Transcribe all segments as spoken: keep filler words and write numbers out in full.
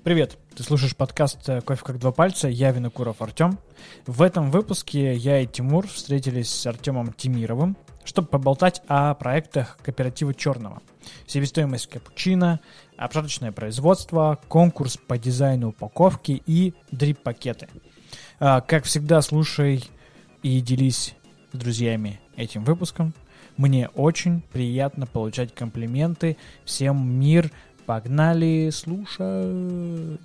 Привет, ты слушаешь подкаст «Кофе как два пальца», я Винокуров Артем. В этом выпуске я и Тимур встретились с Артемом Тимировым, чтобы поболтать о проектах кооператива «Черного». Себестоимость капучино, обжарочное производство, конкурс по дизайну упаковки и дрип-пакеты. Как всегда, слушай и делись с друзьями этим выпуском. Мне очень приятно получать комплименты. Всем мир! Погнали слушать.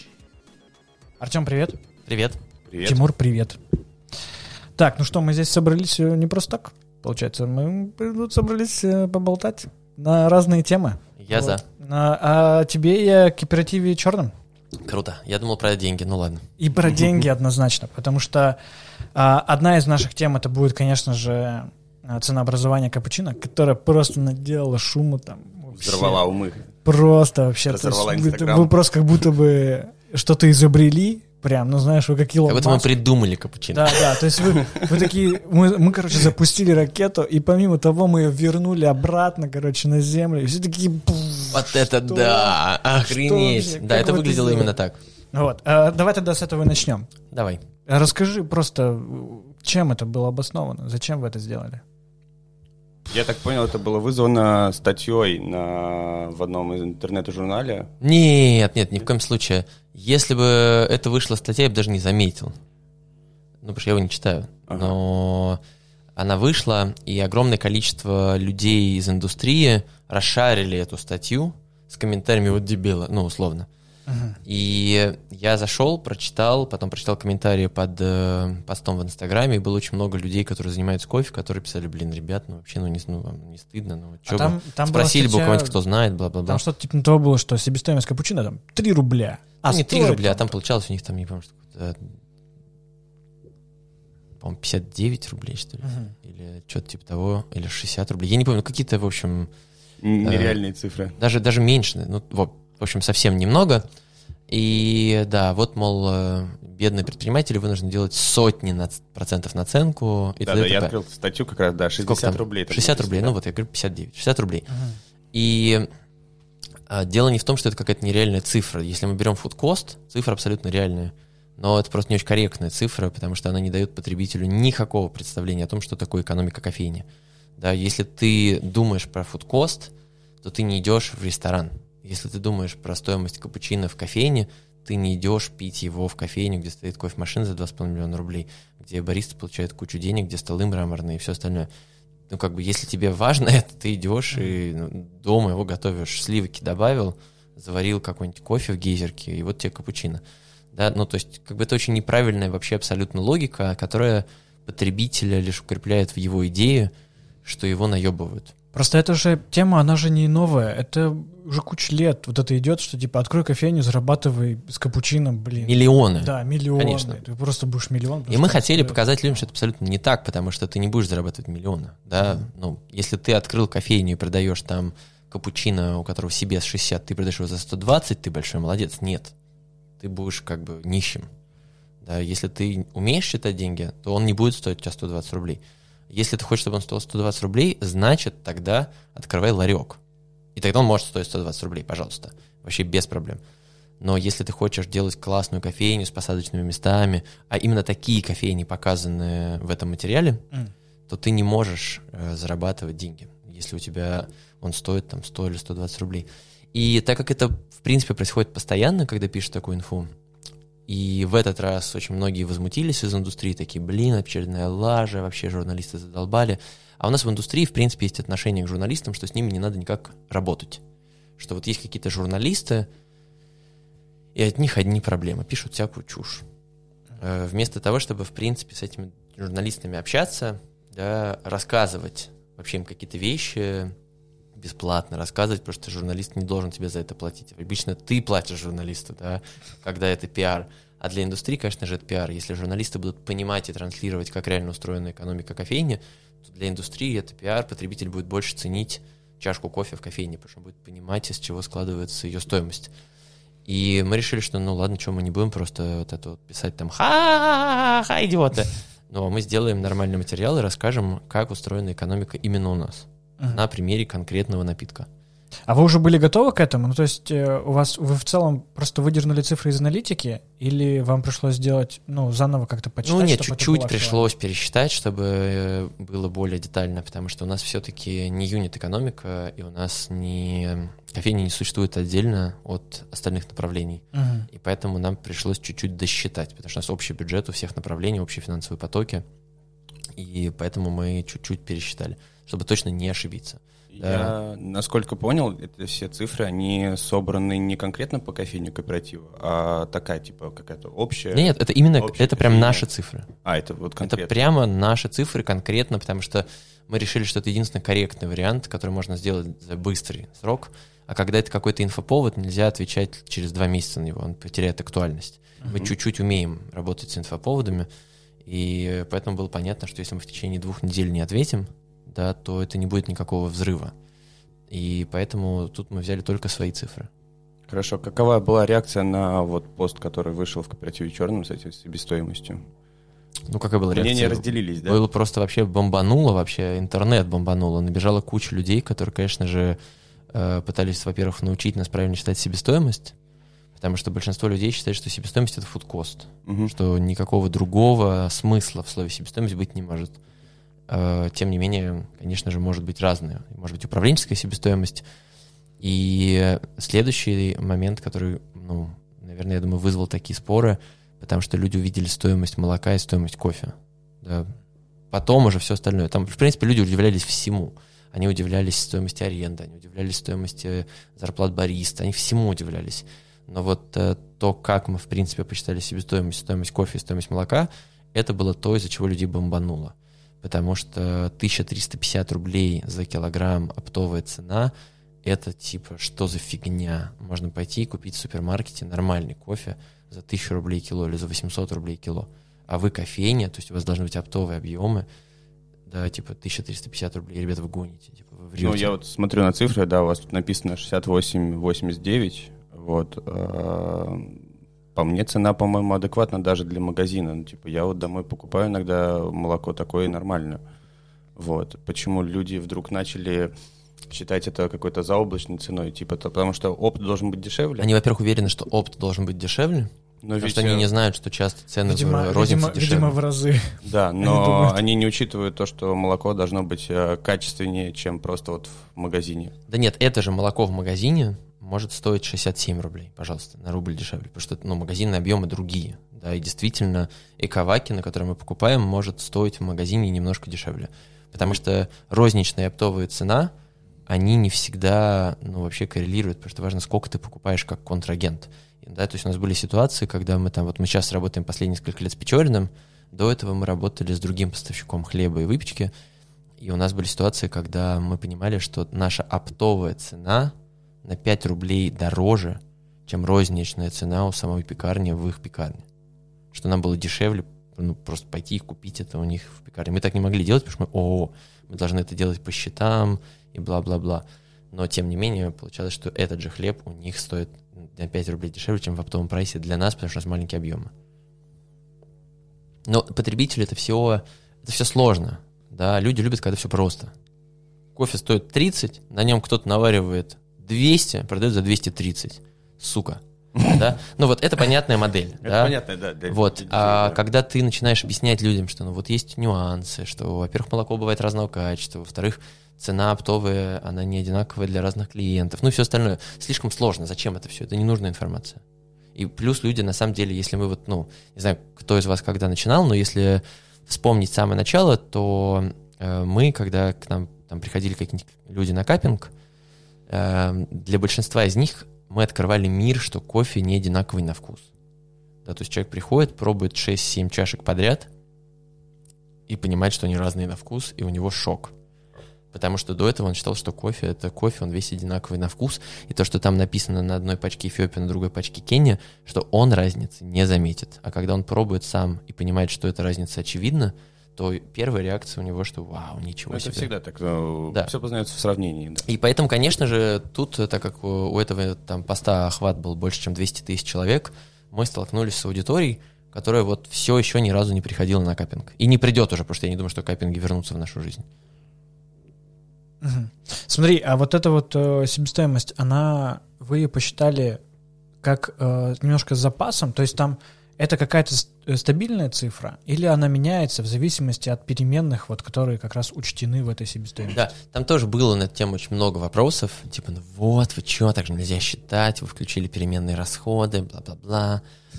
Артем, привет. Привет. Привет. Тимур, привет. Так, ну что, мы здесь собрались не просто так, получается. Мы тут собрались поболтать на разные темы. Я вот. за. А, а тебе и о кооперативе «Черном». Круто. Я думал про деньги, ну ладно. И про деньги однозначно, потому что а, одна из наших тем это будет, конечно же, ценообразование капучино, которое просто наделало шума там. Взорвала умы. Просто вообще. Разорвала вы, Инстаграм. вы просто как будто бы что-то изобрели, прям, ну знаешь, вы как Илон Как будто мы Маск. придумали капучино. Да, да, то есть вы, вы такие, мы, мы, короче, запустили ракету, и помимо того мы ее вернули обратно, короче, на Землю, и все такие... Вот это да, охренеть. Что? Да, Как это вы выглядело это именно так. Вот, а, давай тогда с этого и начнем. Давай. Расскажи просто, чем это было обосновано, зачем вы это сделали? Я так понял, это было вызвано статьей на, в одном из интернет-журнале. Нет, нет, ни в коем случае. Если бы это вышла статья, я бы даже не заметил. Ну, потому что я его не читаю. Ага. Но она вышла, и огромное количество людей из индустрии расшарили эту статью с комментариями «вот дебила», ну, условно. Uh-huh. И я зашел, прочитал, потом прочитал комментарии под э, постом в Инстаграме, и было очень много людей, которые занимаются кофе, которые писали, блин, ребят, ну вообще, ну не, ну, вам не стыдно, ну что а там, бы, там спросили статья, бы у кого-нибудь, кто знает, бла-бла-бла. Там что-то типа того было, что себестоимость капучино там три рубля. А ну, не три стоит рубля, а там там получалось у них там, не помню, что по-моему, пятьдесят девять рублей, что ли, Uh-huh. или что-то типа того, или шестьдесят рублей, я не помню, какие-то, в общем... Нереальные э, цифры. Даже, даже меньше, ну, в общем, совсем немного. И да, вот, мол, бедные предприниматели вынуждены делать сотни на, процентов наценку. И Да, да, я открыл статью как раз, да, шестьдесят рублей. шестьдесят рублей, да? Ну вот, я говорю пятьдесят девять, шестьдесят рублей. Uh-huh. И а, дело не в том, что это какая-то нереальная цифра. Если мы берем food cost, цифра абсолютно реальная. Но это просто не очень корректная цифра, потому что она не дает потребителю никакого представления о том, что такое экономика кофейни. Да, если ты думаешь про food cost, то ты не идешь в ресторан. Если ты думаешь про стоимость капучино в кофейне, ты не идешь пить его в кофейню, где стоит кофемашина за два с половиной миллиона рублей, где бариста получает кучу денег, где столы мраморные и все остальное. Ну, как бы, если тебе важно это, ты идешь и ну, дома его готовишь, сливки добавил, заварил какой-нибудь кофе в гейзерке, и вот тебе капучино. Да, ну, то есть, как бы это очень неправильная вообще абсолютно логика, которая потребителя лишь укрепляет в его идее, что его наебывают. Просто эта же тема, она же не новая. Это уже куча лет вот это идет, что типа открой кофейню, зарабатывай с капучино, блин. Миллионы. Да, миллионы. Конечно. Ты просто будешь миллион. И мы хотели стоит. показать людям, что это абсолютно не так, потому что ты не будешь зарабатывать миллионы. Да? Mm-hmm. Ну, если ты открыл кофейню и продаешь там капучино, у которого си би эс шестьдесят, ты продаешь его за сто двадцать, ты большой молодец. Нет. Ты будешь как бы нищим. Да? Если ты умеешь считать деньги, то он не будет стоить у тебя сто двадцать рублей. Если ты хочешь, чтобы он стоил сто двадцать рублей, значит, тогда открывай ларек. И тогда он может стоить сто двадцать рублей, пожалуйста. Вообще без проблем. Но если ты хочешь делать классную кофейню с посадочными местами, а именно такие кофейни показаны в этом материале, mm. то ты не можешь э, зарабатывать деньги, если у тебя он стоит там сто или сто двадцать рублей. И так как это, в принципе, происходит постоянно, когда пишешь такую инфу, и в этот раз очень многие возмутились из индустрии, такие, блин, очередная лажа, вообще журналисты задолбали. А у нас в индустрии, в принципе, есть отношение к журналистам, что с ними не надо никак работать. Что вот есть какие-то журналисты, и от них одни проблемы, пишут всякую чушь. Вместо того, чтобы, в принципе, с этими журналистами общаться, да, рассказывать вообще им какие-то вещи бесплатно, рассказывать, потому что журналист не должен тебе за это платить. Обычно ты платишь журналисту, да, когда это пиар. А для индустрии, конечно же, это пиар. Если журналисты будут понимать и транслировать, как реально устроена экономика кофейни, то для индустрии это пиар, потребитель будет больше ценить чашку кофе в кофейне, потому что он будет понимать, из чего складывается ее стоимость. И мы решили, что ну ладно, что мы не будем просто вот это вот писать там ха-ха-ха, идиоты. Но мы сделаем нормальный материал и расскажем, как устроена экономика именно у нас. Uh-huh. На примере конкретного напитка. А вы уже были готовы к этому? Ну, то есть э, у вас вы в целом просто выдернули цифры из аналитики, или вам пришлось сделать, ну, заново как-то почитать? Ну, нет, чтобы это чуть-чуть было пришлось актуально? пересчитать, чтобы было более детально, потому что у нас все-таки не юнит-экономика, и у нас не кофейня не существует отдельно от остальных направлений. Мгм. И поэтому нам пришлось чуть-чуть досчитать, потому что у нас общий бюджет у всех направлений, общие финансовые потоки, и поэтому мы чуть-чуть пересчитали, чтобы точно не ошибиться. Я, насколько понял, это все цифры, они собраны не конкретно по кофейню кооперативу, а такая, типа, какая-то общая... Нет, это именно, общая это прям кофейня. наши цифры. А, это вот конкретно. Это прямо наши цифры конкретно, потому что мы решили, что это единственный корректный вариант, который можно сделать за быстрый срок. А когда это какой-то инфоповод, нельзя отвечать через два месяца на него, он потеряет актуальность. Uh-huh. Мы чуть-чуть умеем работать с инфоповодами, и поэтому было понятно, что если мы в течение двух недель не ответим, да, то это не будет никакого взрыва. И поэтому тут мы взяли только свои цифры. Хорошо. Какова была реакция на вот пост, который вышел в кооперативе «Черном» с этой себестоимостью? Ну, какая была реакция? Мнения разделились, да? Было просто вообще бомбануло, вообще интернет бомбануло. Набежала куча людей, которые, конечно же, пытались, во-первых, научить нас правильно считать себестоимость, потому что большинство людей считает, что себестоимость — это фуд-кост, Угу. что никакого другого смысла в слове себестоимость быть не может. Тем не менее, конечно же, может быть разное. Может быть управленческая себестоимость. И следующий момент, который, ну, наверное, я думаю, вызвал такие споры, потому что люди увидели стоимость молока и стоимость кофе. Да. Потом уже все остальное. Там, в принципе, люди удивлялись всему. Они удивлялись стоимости аренды, они удивлялись стоимости зарплат бариста, они всему удивлялись. Но вот э, то, как мы, в принципе, посчитали себестоимость, стоимость кофе и стоимость молока, это было то, из-за чего людей бомбануло. Потому что тысяча триста пятьдесят рублей за килограмм оптовая цена — это типа, что за фигня? Можно пойти и купить в супермаркете нормальный кофе за тысячу рублей кило или за восемьсот рублей кило. А вы кофейня, то есть у вас должны быть оптовые объемы, да, типа тысяча триста пятьдесят рублей, ребята, вы гоните, типа, вы врете. Ну, я вот смотрю на цифры, да, у вас тут написано шестьдесят восемь восемьдесят девять, вот. э, По мне цена, по-моему, адекватна даже для магазина. Ну, типа, я вот домой покупаю иногда молоко такое нормально. Вот. Почему люди вдруг начали считать это какой-то заоблачной ценой? Типа, то, потому что опт должен быть дешевле? Они, во-первых, уверены, что опт должен быть дешевле, Но потому ведь, что они э, не знают, что часто цены Видимо, в рознице видимо, дешевле. видимо, в разы. Да, Они но думают. они не учитывают то, что молоко должно быть э, качественнее, чем просто вот в магазине. Да нет, это же молоко в магазине может стоить шестьдесят семь рублей, пожалуйста, на рубль дешевле, потому что, ну, магазинные объемы другие, да, и действительно эковаки, на которые мы покупаем, может стоить в магазине немножко дешевле, потому что розничная и оптовая цена, они не всегда, ну, вообще коррелируют, потому что важно, сколько ты покупаешь как контрагент, да, то есть у нас были ситуации, когда мы там, вот мы сейчас работаем последние несколько лет с Печориным, до этого мы работали с другим поставщиком хлеба и выпечки, и у нас были ситуации, когда мы понимали, что наша оптовая цена на пять рублей дороже, чем розничная цена у самой пекарни в их пекарне. Что нам было дешевле, ну, просто пойти и купить это у них в пекарне. Мы так не могли делать, потому что мы, о, мы должны это делать по счетам и бла-бла-бла. Но, тем не менее, получалось, что этот же хлеб у них стоит на пять рублей дешевле, чем в оптовом прайсе для нас, потому что у нас маленькие объемы. Но потребителю это все, это все сложно. Да? Люди любят, когда все просто. Кофе стоит тридцать, на нем кто-то наваривает двести, продает за двести тридцать. Сука. Да? Ну вот это понятная модель. Это да? понятно, да. для- Вот, для детей, а да. когда ты начинаешь объяснять людям, что ну вот есть нюансы, что, во-первых, молоко бывает разного качества, во-вторых, цена оптовая, она не одинаковая для разных клиентов, ну и все остальное. Слишком сложно. Зачем это все? Это ненужная информация. И плюс люди, на самом деле, если мы вот, ну, не знаю, кто из вас когда начинал, но если вспомнить самое начало, то э, мы, когда к нам там приходили какие-нибудь люди на каппинг, э, для большинства из них мы открывали мир, что кофе не одинаковый на вкус. Да, то есть человек приходит, пробует шесть-семь чашек подряд и понимает, что они разные на вкус, и у него шок. Потому что до этого он считал, что кофе — это кофе, он весь одинаковый на вкус, и то, что там написано на одной пачке Эфиопия, на другой пачке Кения, что он разницы не заметит. А когда он пробует сам и понимает, что эта разница очевидна, то первая реакция у него, что вау, ничего Ну, себе. это всегда так. э, Да. Все познается в сравнении. Да. И поэтому, конечно же, тут, так как у у этого там поста охват был больше, чем двести тысяч человек, мы столкнулись с аудиторией, которая вот все еще ни разу не приходила на каппинг. И не придет уже, потому что я не думаю, что каппинги вернутся в нашу жизнь. Угу. Смотри, а вот эта вот э, себестоимость, она, вы ее посчитали как э, немножко с запасом, то есть там это какая-то стабильная цифра, или она меняется в зависимости от переменных, вот, которые как раз учтены в этой себестоимости? Да, там тоже было на эту тему очень много вопросов, типа, ну вот, вы что, так же нельзя считать, вы включили переменные расходы, бла-бла-бла.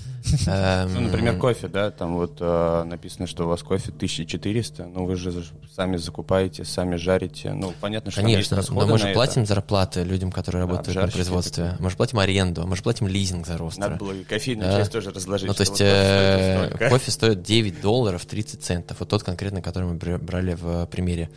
Ну, например, кофе, да, там вот э, написано, что у вас кофе тысяча четыреста, но вы же сами закупаете, сами жарите, ну, понятно, что конечно, там есть расходы но мы же на платим это. зарплаты людям, которые Да, работают на производстве, такие. мы же платим аренду, мы же платим лизинг за ростер. Надо было и кофейную Да. часть тоже разложить. Ну, то есть вот кофе э, стоит столько. кофе стоит девять долларов тридцать центов, вот тот конкретно, который мы бр- брали в примере.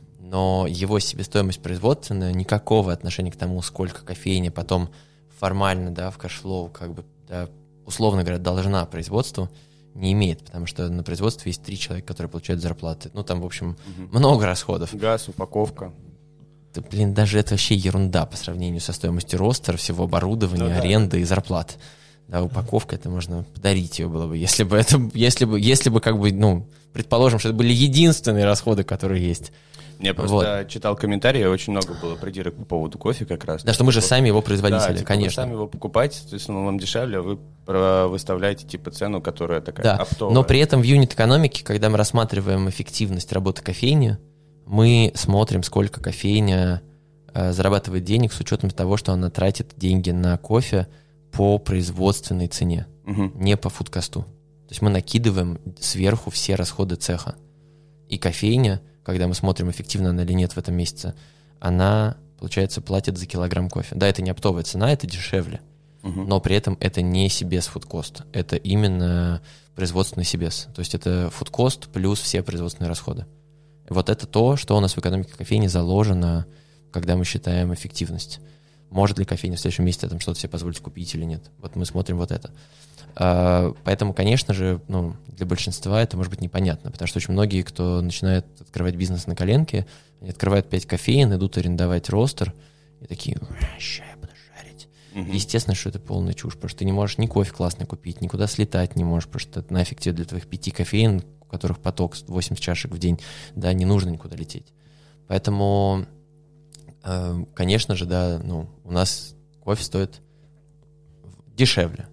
Но его себестоимость производственная никакого отношения к тому, сколько кофейня потом формально, да, в кэшфлоу, как бы, да, условно говоря, должна производству, не имеет, потому что на производстве есть три человека, которые получают зарплаты. Ну, там, в общем, Мгм. много расходов. Газ, упаковка. Да, блин, даже это вообще ерунда по сравнению со стоимостью ростера, всего оборудования, Ну да. аренды и зарплат. Да, упаковка, это можно подарить ее было бы, если бы это, если бы, если бы, как бы, ну, предположим, что это были единственные расходы, которые есть. Я просто читал комментарии, очень много было придирок по поводу кофе как раз. Да, что мы же Вот. сами его Да, производители, типа, конечно. вы сами его покупаете, соответственно, он вам дешевле, а вы про- выставляете типа цену, которая такая Да, оптовая. но при этом в юнит-экономике, когда мы рассматриваем эффективность работы кофейни, мы смотрим, сколько кофейня э, зарабатывает денег с учетом того, что она тратит деньги на кофе по производственной цене, Мгм. не по фудкосту. То есть мы накидываем сверху все расходы цеха. И кофейня, когда мы смотрим, эффективна она или нет в этом месяце, она, получается, платит за килограмм кофе. Да, это не оптовая цена, это дешевле, Мгм. но при этом это не себес фудкост, это именно производственный себес. То есть это фудкост плюс все производственные расходы. Вот это то, что у нас в экономике кофейни заложено, когда мы считаем эффективность. Может ли кофейня в следующем месяце там что-то себе позволить купить или нет. Вот мы смотрим вот это. А, Поэтому, конечно же, ну, для большинства это может быть непонятно, потому что очень многие, кто начинает открывать бизнес на коленке, они открывают пять кофеин, идут арендовать ростер, и такие, ща я буду жарить. Мгм. Естественно, что это полная чушь, потому что ты не можешь ни кофе классный купить, никуда слетать не можешь, потому что нафиг тебе для твоих пяти кофеин, у которых поток восемьдесят чашек в день, да, не нужно никуда лететь. Поэтому, э, конечно же, да, ну, у нас кофе стоит дешевле,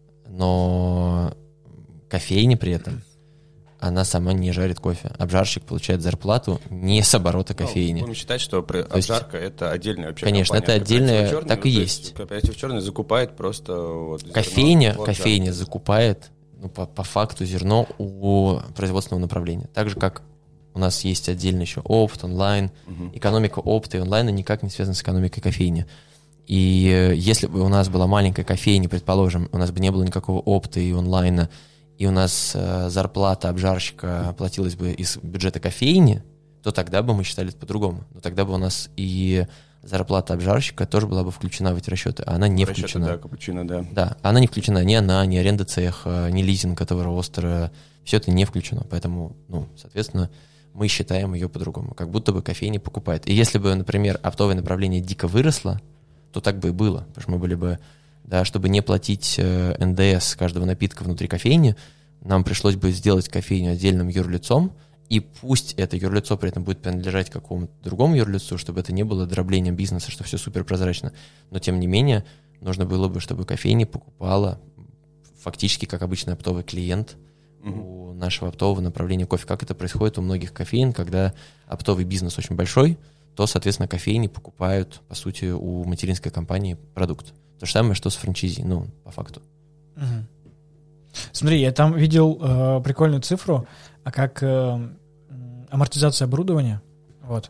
но кофейня при этом, она сама не жарит кофе. Обжарщик получает зарплату не с оборота кофейни. Ну, будем считать, что при- То есть- обжарка это отдельная вообще Конечно, компания. это отдельная, Кооператив «Черный», так ну, и то есть. Кооператив «Черный» закупает просто вот зерно Кофейня, от кофейня жарки. закупает, ну, по, по факту зерно у производственного направления. Так же, как у нас есть отдельно еще опт, онлайн. Мгм. Экономика опта и онлайна никак не связана с экономикой кофейни. И э, если бы у нас была маленькая кофейня, предположим, у нас бы не было никакого опта и онлайна, и у нас э, зарплата обжарщика оплатилась бы из бюджета кофейни, то тогда бы мы считали это по-другому. Но тогда бы у нас и зарплата обжарщика тоже была бы включена в эти расчеты, а она не Расчеты, включена. Да, капучино, да. Да, она не включена, ни она, ни аренда цеха, ни лизинг этого ростера, все это не включено, поэтому, ну, соответственно, мы считаем ее по-другому, как будто бы кофейня покупает. И если бы, например, оптовое направление дико выросло, то так бы и было, потому что мы были бы, да, чтобы не платить э, эн дэ эс каждого напитка внутри кофейни, нам пришлось бы сделать кофейню отдельным юрлицом, и пусть это юрлицо при этом будет принадлежать какому-то другому юрлицу, чтобы это не было дроблением бизнеса, что все супер прозрачно, но тем не менее нужно было бы, чтобы кофейня покупала фактически как обычный оптовый клиент Мгм. у нашего оптового направления кофе. Как это происходит у многих кофеин, когда оптовый бизнес очень большой, то, соответственно, кофейни покупают, по сути, у материнской компании продукт. То же самое, что с франчайзи, ну, по факту. Мгм. Смотри, я там видел э, прикольную цифру, а как э, м, амортизация оборудования, вот,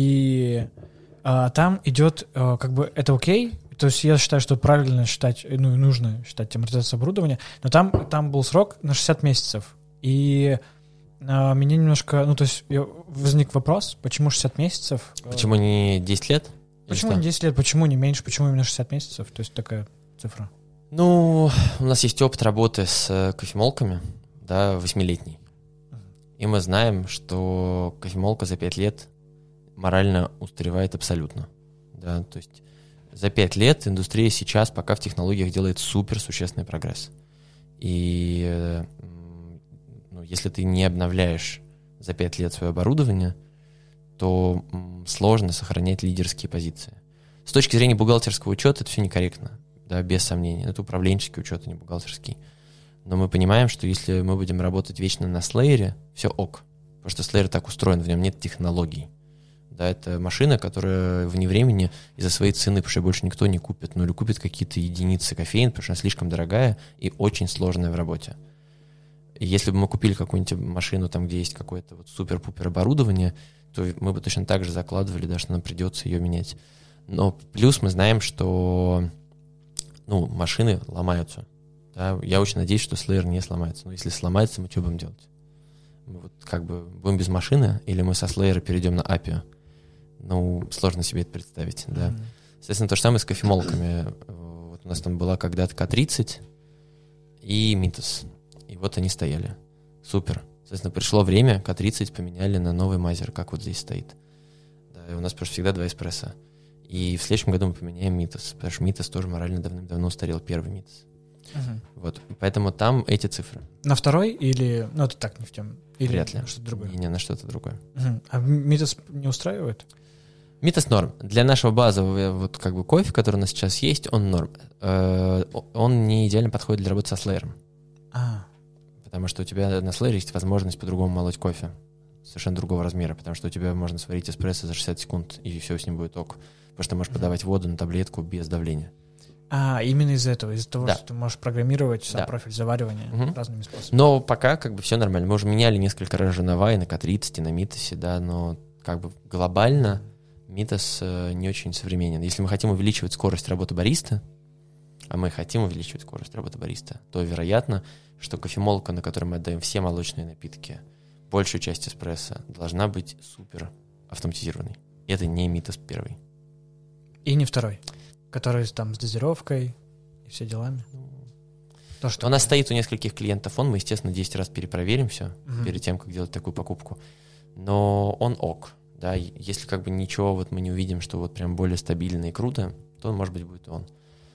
и э, там идет, э, как бы, это окей, то есть я считаю, что правильно считать, э, ну, и нужно считать амортизацию оборудования, но там, там был срок на шестьдесят месяцев, и э, меня немножко, ну, то есть я- возник вопрос, почему шестьдесят месяцев? Э, Почему не десять лет? Или Почему что? не десять лет, почему не меньше, почему именно шестьдесят месяцев, то есть такая цифра? Ну, у нас есть опыт работы с э, кофемолками, да, восьмилетний. И мы знаем, что кофемолка за пять лет морально устаревает абсолютно. Да, то есть за пять лет индустрия сейчас пока в технологиях делает супер существенный прогресс. И э, м, ну, если ты не обновляешь за пять лет свое оборудование, то м, сложно сохранять лидерские позиции. С точки зрения бухгалтерского учета это все некорректно, да, без сомнения. Это управленческий учет, а не бухгалтерский. Но мы понимаем, что если мы будем работать вечно на Slayer, все ок. Потому что Slayer так устроен, в нем нет технологий. Да, это машина, которая вне времени из-за своей цены, потому что больше никто не купит, ну или купит какие-то единицы кофеин, потому что она слишком дорогая и очень сложная в работе. И если бы мы купили какую-нибудь машину, там, где есть какое-то вот супер-пупер оборудование, то мы бы точно так же закладывали, да, что нам придется ее менять. Но плюс мы знаем, что ну, машины ломаются. Да? Я очень надеюсь, что Slayer не сломается. Но если сломается, мы что будем делать? Мы вот как бы будем без машины, или мы со Slayer перейдем на Апио? Ну, сложно себе это представить, да. Mm-hmm. Соответственно, то же самое с кофемолками. Вот у нас там была когда-то К тридцать и Митас. И вот они стояли. Супер. Соответственно, пришло время, К тридцать поменяли на новый Мазер, как вот здесь стоит. Да, и у нас просто всегда два эспрессо. И в следующем году мы поменяем Митас, потому что Митас тоже морально давным-давно устарел, первый Митас. Uh-huh. Вот, поэтому там эти цифры. На второй или... Ну, это так, не в тем. Или вряд ли. На что-то другое? Не, не, на что-то другое. Uh-huh. А Митас не устраивает? Митас норм. Для нашего базового вот как бы кофе, который у нас сейчас есть, он норм. Э-э- он не идеально подходит для работы со слэйером. А. Потому что у тебя на слэйере есть возможность по-другому молоть кофе. Совершенно другого размера, потому что у тебя можно сварить эспрессо за шестьдесят секунд, и все с ним будет ок. Потому что ты можешь uh-huh. подавать воду на таблетку без давления. А, именно из-за этого, из-за того, да. что ты можешь программировать сам да. профиль заваривания uh-huh. разными способами. Но пока как бы все нормально. Мы уже меняли несколько раз уже на Вай, на К тридцать, на Митасе, да, но как бы глобально Митас э, не очень современен. Если мы хотим увеличивать скорость работы бариста, а мы хотим увеличивать скорость работы бариста, то вероятно, что кофемолка, на которой мы отдаем все молочные напитки, большую часть эспрессо, должна быть супер автоматизированной. Это не Митас первый. И не второй, который там с дозировкой и все делами. То, что у нас стоит у нескольких клиентов он, мы, естественно, десять раз перепроверим все угу. перед тем, как делать такую покупку. Но он ок. Да, если как бы ничего вот мы не увидим, что вот прям более стабильно и круто, то, он, может быть, будет он.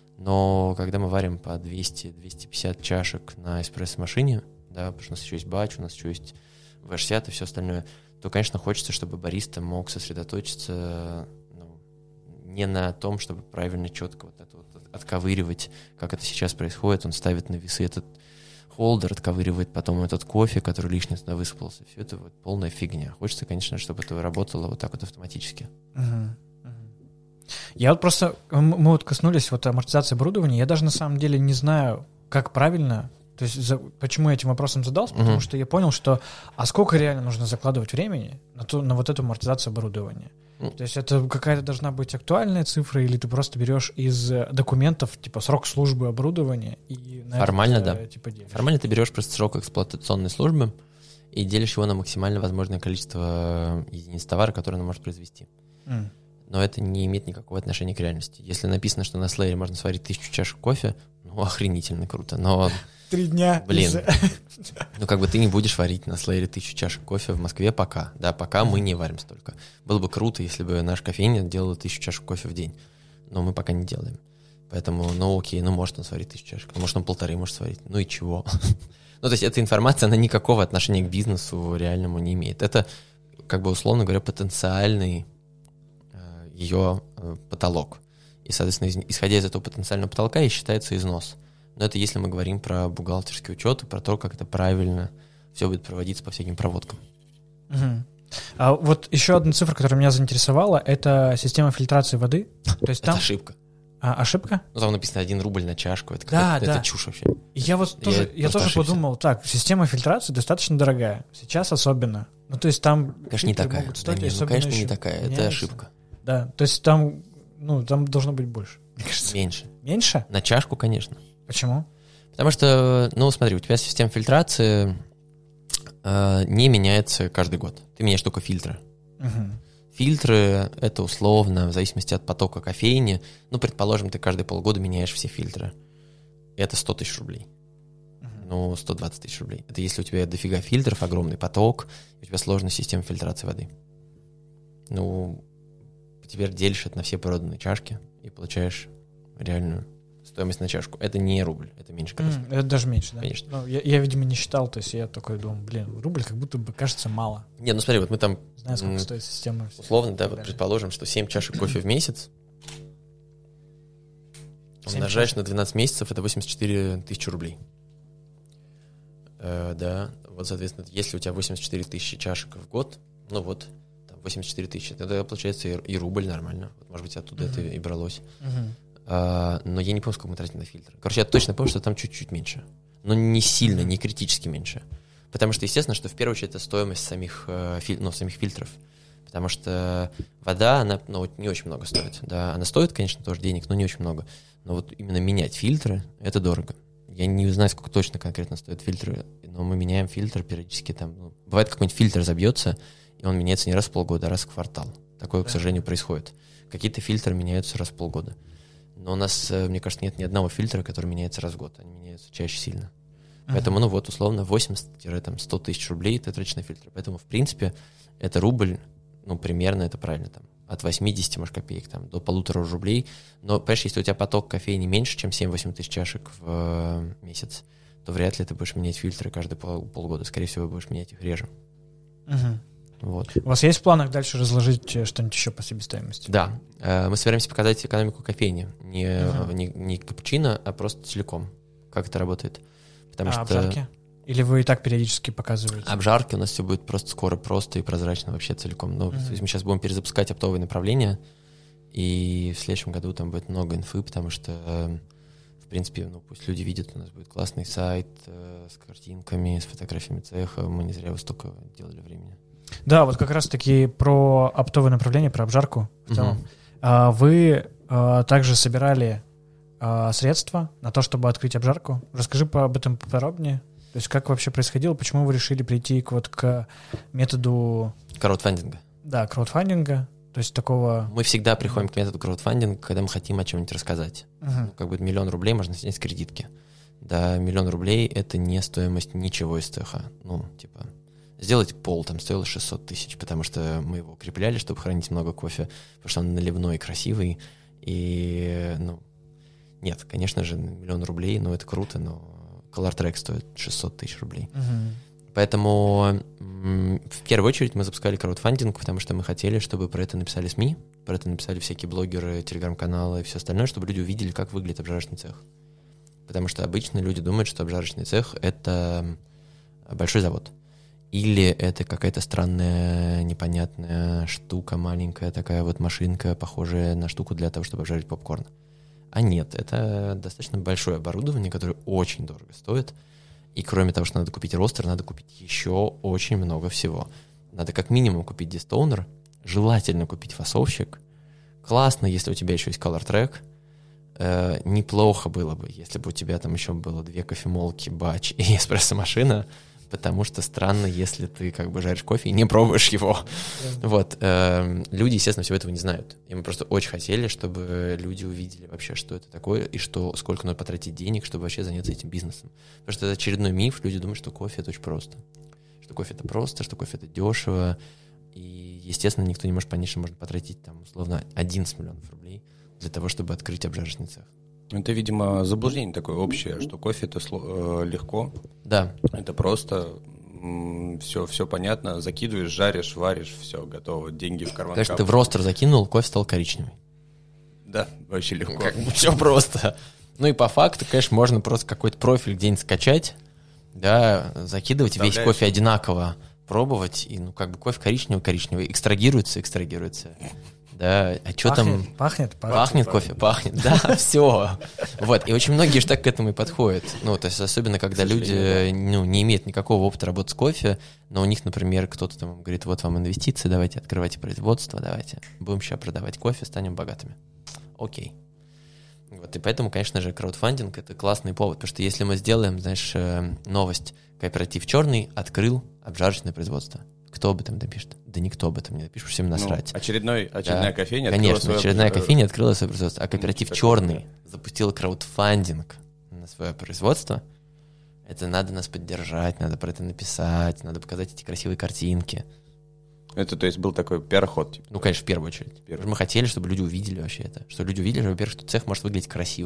Но когда мы варим по двести - двести пятьдесят чашек на эспрессо-машине, да, потому что у нас еще есть батч, у нас еще есть вэ шестьдесят и все остальное, то, конечно, хочется, чтобы бариста мог сосредоточиться ну, не на том, чтобы правильно, четко вот это вот отковыривать, как это сейчас происходит. Он ставит на весы этот холдер, отковыривает потом этот кофе, который лишний туда высыпался. Все это вот полная фигня. Хочется, конечно, чтобы это работало вот так вот автоматически. Uh-huh. Uh-huh. Я вот просто... Мы вот коснулись вот амортизации оборудования. Я даже на самом деле не знаю, как правильно... То есть за, почему я этим вопросом задался? Uh-huh. Потому что я понял, что... А сколько реально нужно закладывать времени на, ту, на вот эту амортизацию оборудования? Uh-huh. То есть это какая-то должна быть актуальная цифра, или ты просто берешь из документов, типа, срок службы оборудования и... На Формально, это, да. Типа, делишь. Формально ты берешь просто срок эксплуатационной службы и делишь его на максимально возможное количество единиц товара, который он может произвести. Mm. Но это не имеет никакого отношения к реальности. Если написано, что на слэйере можно сварить тысячу чашек кофе, ну, охренительно круто, но... Три дня. Блин, ну, как бы ты не будешь варить на слэйере тысячу чашек кофе в Москве пока, да, пока мы не варим столько. Было бы круто, если бы наша кофейня делала тысячу чашек кофе в день, но мы пока не делаем. Поэтому, ну, окей, ну, может он сварить тысячу чашек, а может он полторы может сварить, ну и чего? Ну, то есть эта информация, она никакого отношения к бизнесу реальному не имеет. Это, как бы, условно говоря, потенциальный э, ее э, потолок. И, соответственно, из, исходя из этого потенциального потолка и считается износ. Но это если мы говорим про бухгалтерский учет и про то, как это правильно все будет проводиться по всяким проводкам. Угу. А вот еще одна цифра, которая меня заинтересовала, это система фильтрации воды. То есть там... Это ошибка. А, ошибка? Ну, там написано один рубль на чашку. Это, да, это, да. это чушь вообще. И я вот тоже, я, я тоже подумал, так, система фильтрации достаточно дорогая. Сейчас особенно. Ну, то есть там... Конечно, не такая. Могут стоить, да, не, ну, конечно, не такая. Меняется. Это ошибка. Да, то есть там, ну, там должно быть больше. Меньше. Меньше? На чашку, конечно. Почему? Потому что, ну, смотри, у тебя система фильтрации э, не меняется каждый год. Ты меняешь только фильтры. Угу. Фильтры — это условно, в зависимости от потока кофейни. Ну, предположим, ты каждые полгода меняешь все фильтры. Это сто тысяч рублей. Uh-huh. Ну, сто двадцать тысяч рублей. Это если у тебя дофига фильтров, огромный поток, у тебя сложная система фильтрации воды. Ну, теперь делишь это на все проданные чашки и получаешь реальную стоимость на чашку. Это не рубль, это меньше гораздо. Mm, это даже меньше, да? Конечно. Ну, я, я, видимо, не считал, то есть я такой думал, блин, рубль как будто бы кажется мало. Не, ну смотри, вот мы там... Знаю, сколько м- стоит система. Условно, да, вот предположим, что семь чашек кофе в месяц, умножаешь на двенадцать месяцев, это восемьдесят четыре тысячи рублей. Э, да, вот, соответственно, если у тебя восемьдесят четыре тысячи чашек в год, ну вот, там восемьдесят четыре тысячи, тогда получается и, и рубль нормально. Вот, может быть, оттуда uh-huh. это и бралось. Uh-huh. А, но я не помню, сколько мы тратим на фильтры. Короче, я точно помню, что там чуть-чуть меньше. Но не сильно, не критически меньше. Потому что, естественно, что в первую очередь это стоимость самих, э, филь, ну, самих фильтров. Потому что вода, она ну, не очень много стоит. Да, она стоит, конечно, тоже денег, но не очень много. Но вот именно менять фильтры — это дорого. Я не знаю, сколько точно конкретно стоят фильтры, но мы меняем фильтр периодически. Там, ну, бывает, какой-нибудь фильтр забьется, и он меняется не раз в полгода, а раз в квартал. Такое, к сожалению, происходит. Какие-то фильтры меняются раз в полгода. Но у нас, мне кажется, нет ни одного фильтра, который меняется раз в год. Они меняются чаще сильно. Uh-huh. Поэтому, ну вот, условно, восемьдесят-сто тысяч рублей ты тратишь на фильтры. Поэтому, в принципе, это рубль, ну, примерно это правильно, там, от восемьдесят, может, копеек, там, до полутора рублей. Но, понимаешь, если у тебя поток кофейни меньше, чем семь-восемь тысяч чашек в э, месяц, то вряд ли ты будешь менять фильтры каждые пол- полгода. Скорее всего, будешь менять их реже. Uh-huh. Вот. У вас есть в планах дальше разложить что-нибудь еще по себестоимости? Да. Э, мы собираемся показать экономику кофейни. Не, uh-huh. не, не капучино, а просто целиком. Как это работает. Потому а что... обжарки? Или вы и так периодически показываете? Обжарки у нас все будет просто скоро, просто и прозрачно вообще целиком. Но uh-huh. мы сейчас будем перезапускать оптовые направления, и в следующем году там будет много инфы, потому что, э, в принципе, ну пусть люди видят, у нас будет классный сайт э, с картинками, с фотографиями цеха. Мы не зря вот столько делали времени. Да, вот как раз-таки про оптовое направление, про обжарку в целом. Uh-huh. А, вы а, также собирали а, средства на то, чтобы открыть обжарку. Расскажи по, об этом подробнее. То есть как вообще происходило, почему вы решили прийти к, вот, к методу... Краудфандинга. Да, краудфандинга. То есть такого... Мы всегда приходим к методу краудфандинга, когда мы хотим о чем-нибудь рассказать. Uh-huh. Ну, как бы миллион рублей можно снять с кредитки. Да, миллион рублей — это не стоимость ничего из цеха. Ну, типа... Сделать пол там стоило шестьсот тысяч, потому что мы его укрепляли, чтобы хранить много кофе, потому что он наливной и красивый. И, ну, нет, конечно же, миллион рублей, ну, это круто, но Color Track стоит шестьсот тысяч рублей. Uh-huh. Поэтому м- в первую очередь мы запускали краудфандинг, потому что мы хотели, чтобы про это написали СМИ, про это написали всякие блогеры, телеграм-каналы и все остальное, чтобы люди увидели, как выглядит обжарочный цех. Потому что обычно люди думают, что обжарочный цех — это большой завод. Или это какая-то странная, непонятная штука, маленькая такая вот машинка, похожая на штуку для того, чтобы обжарить попкорн. А нет, это достаточно большое оборудование, которое очень дорого стоит. И кроме того, что надо купить ростер, надо купить еще очень много всего. Надо как минимум купить дистоунер, желательно купить фасовщик. Классно, если у тебя еще есть Color Track. Э, неплохо было бы, если бы у тебя там еще было две кофемолки, бач и эспрессо-машина. Потому что странно, если ты как бы жаришь кофе и не пробуешь его. Yeah. Вот. Э, люди, естественно, всего этого не знают. И мы просто очень хотели, чтобы люди увидели вообще, что это такое, и что, сколько надо потратить денег, чтобы вообще заняться этим бизнесом. Потому что это очередной миф. Люди думают, что кофе — это очень просто. Что кофе — это просто, что кофе — это дешево. И, естественно, никто не может понять, что можно потратить, там, условно, одиннадцать миллионов рублей для того, чтобы открыть обжарочный цех. Это, видимо, заблуждение такое общее, что кофе — это сло- э, легко. Да. Это просто м- все, все понятно. Закидываешь, жаришь, варишь, все, готово. Деньги в карман. Конечно, ты в ростер закинул, кофе стал коричневый. Да, вообще легко. Как бы все просто. Ну и по факту, конечно, можно просто какой-то профиль где-нибудь скачать, да, закидывать весь кофе одинаково, пробовать, и ну как бы кофе коричневый-коричневый, экстрагируется, экстрагируется. Да, а что там? Пахнет, пахнет. Пахнет кофе, пахнет, да, все. Вот, и очень многие же так к этому и подходят. Ну, то есть особенно, когда люди ну, не имеют никакого опыта работы с кофе, но у них, например, кто-то там говорит, вот вам инвестиции, давайте открывайте производство, давайте будем сейчас продавать кофе, станем богатыми. Окей. Вот, и поэтому, конечно же, краудфандинг — это классный повод, потому что если мы сделаем, знаешь, новость, кооператив «Черный» открыл обжарочное производство. Кто об этом напишет? Да никто об этом не напишет, всем насрать. Ну, очередной, очередная да. кофейня Конечно, свое... очередная кофейня открыла свое производство. А кооператив ну, «Черный» да. запустил краудфандинг на свое производство. Это надо нас поддержать, надо про это написать, надо показать эти красивые картинки. Это, то есть, был такой пиар-ход? Типа. Ну, конечно, в первую очередь. Первый. Мы хотели, чтобы люди увидели вообще это. Что люди увидели, во-первых, что цех может выглядеть красиво.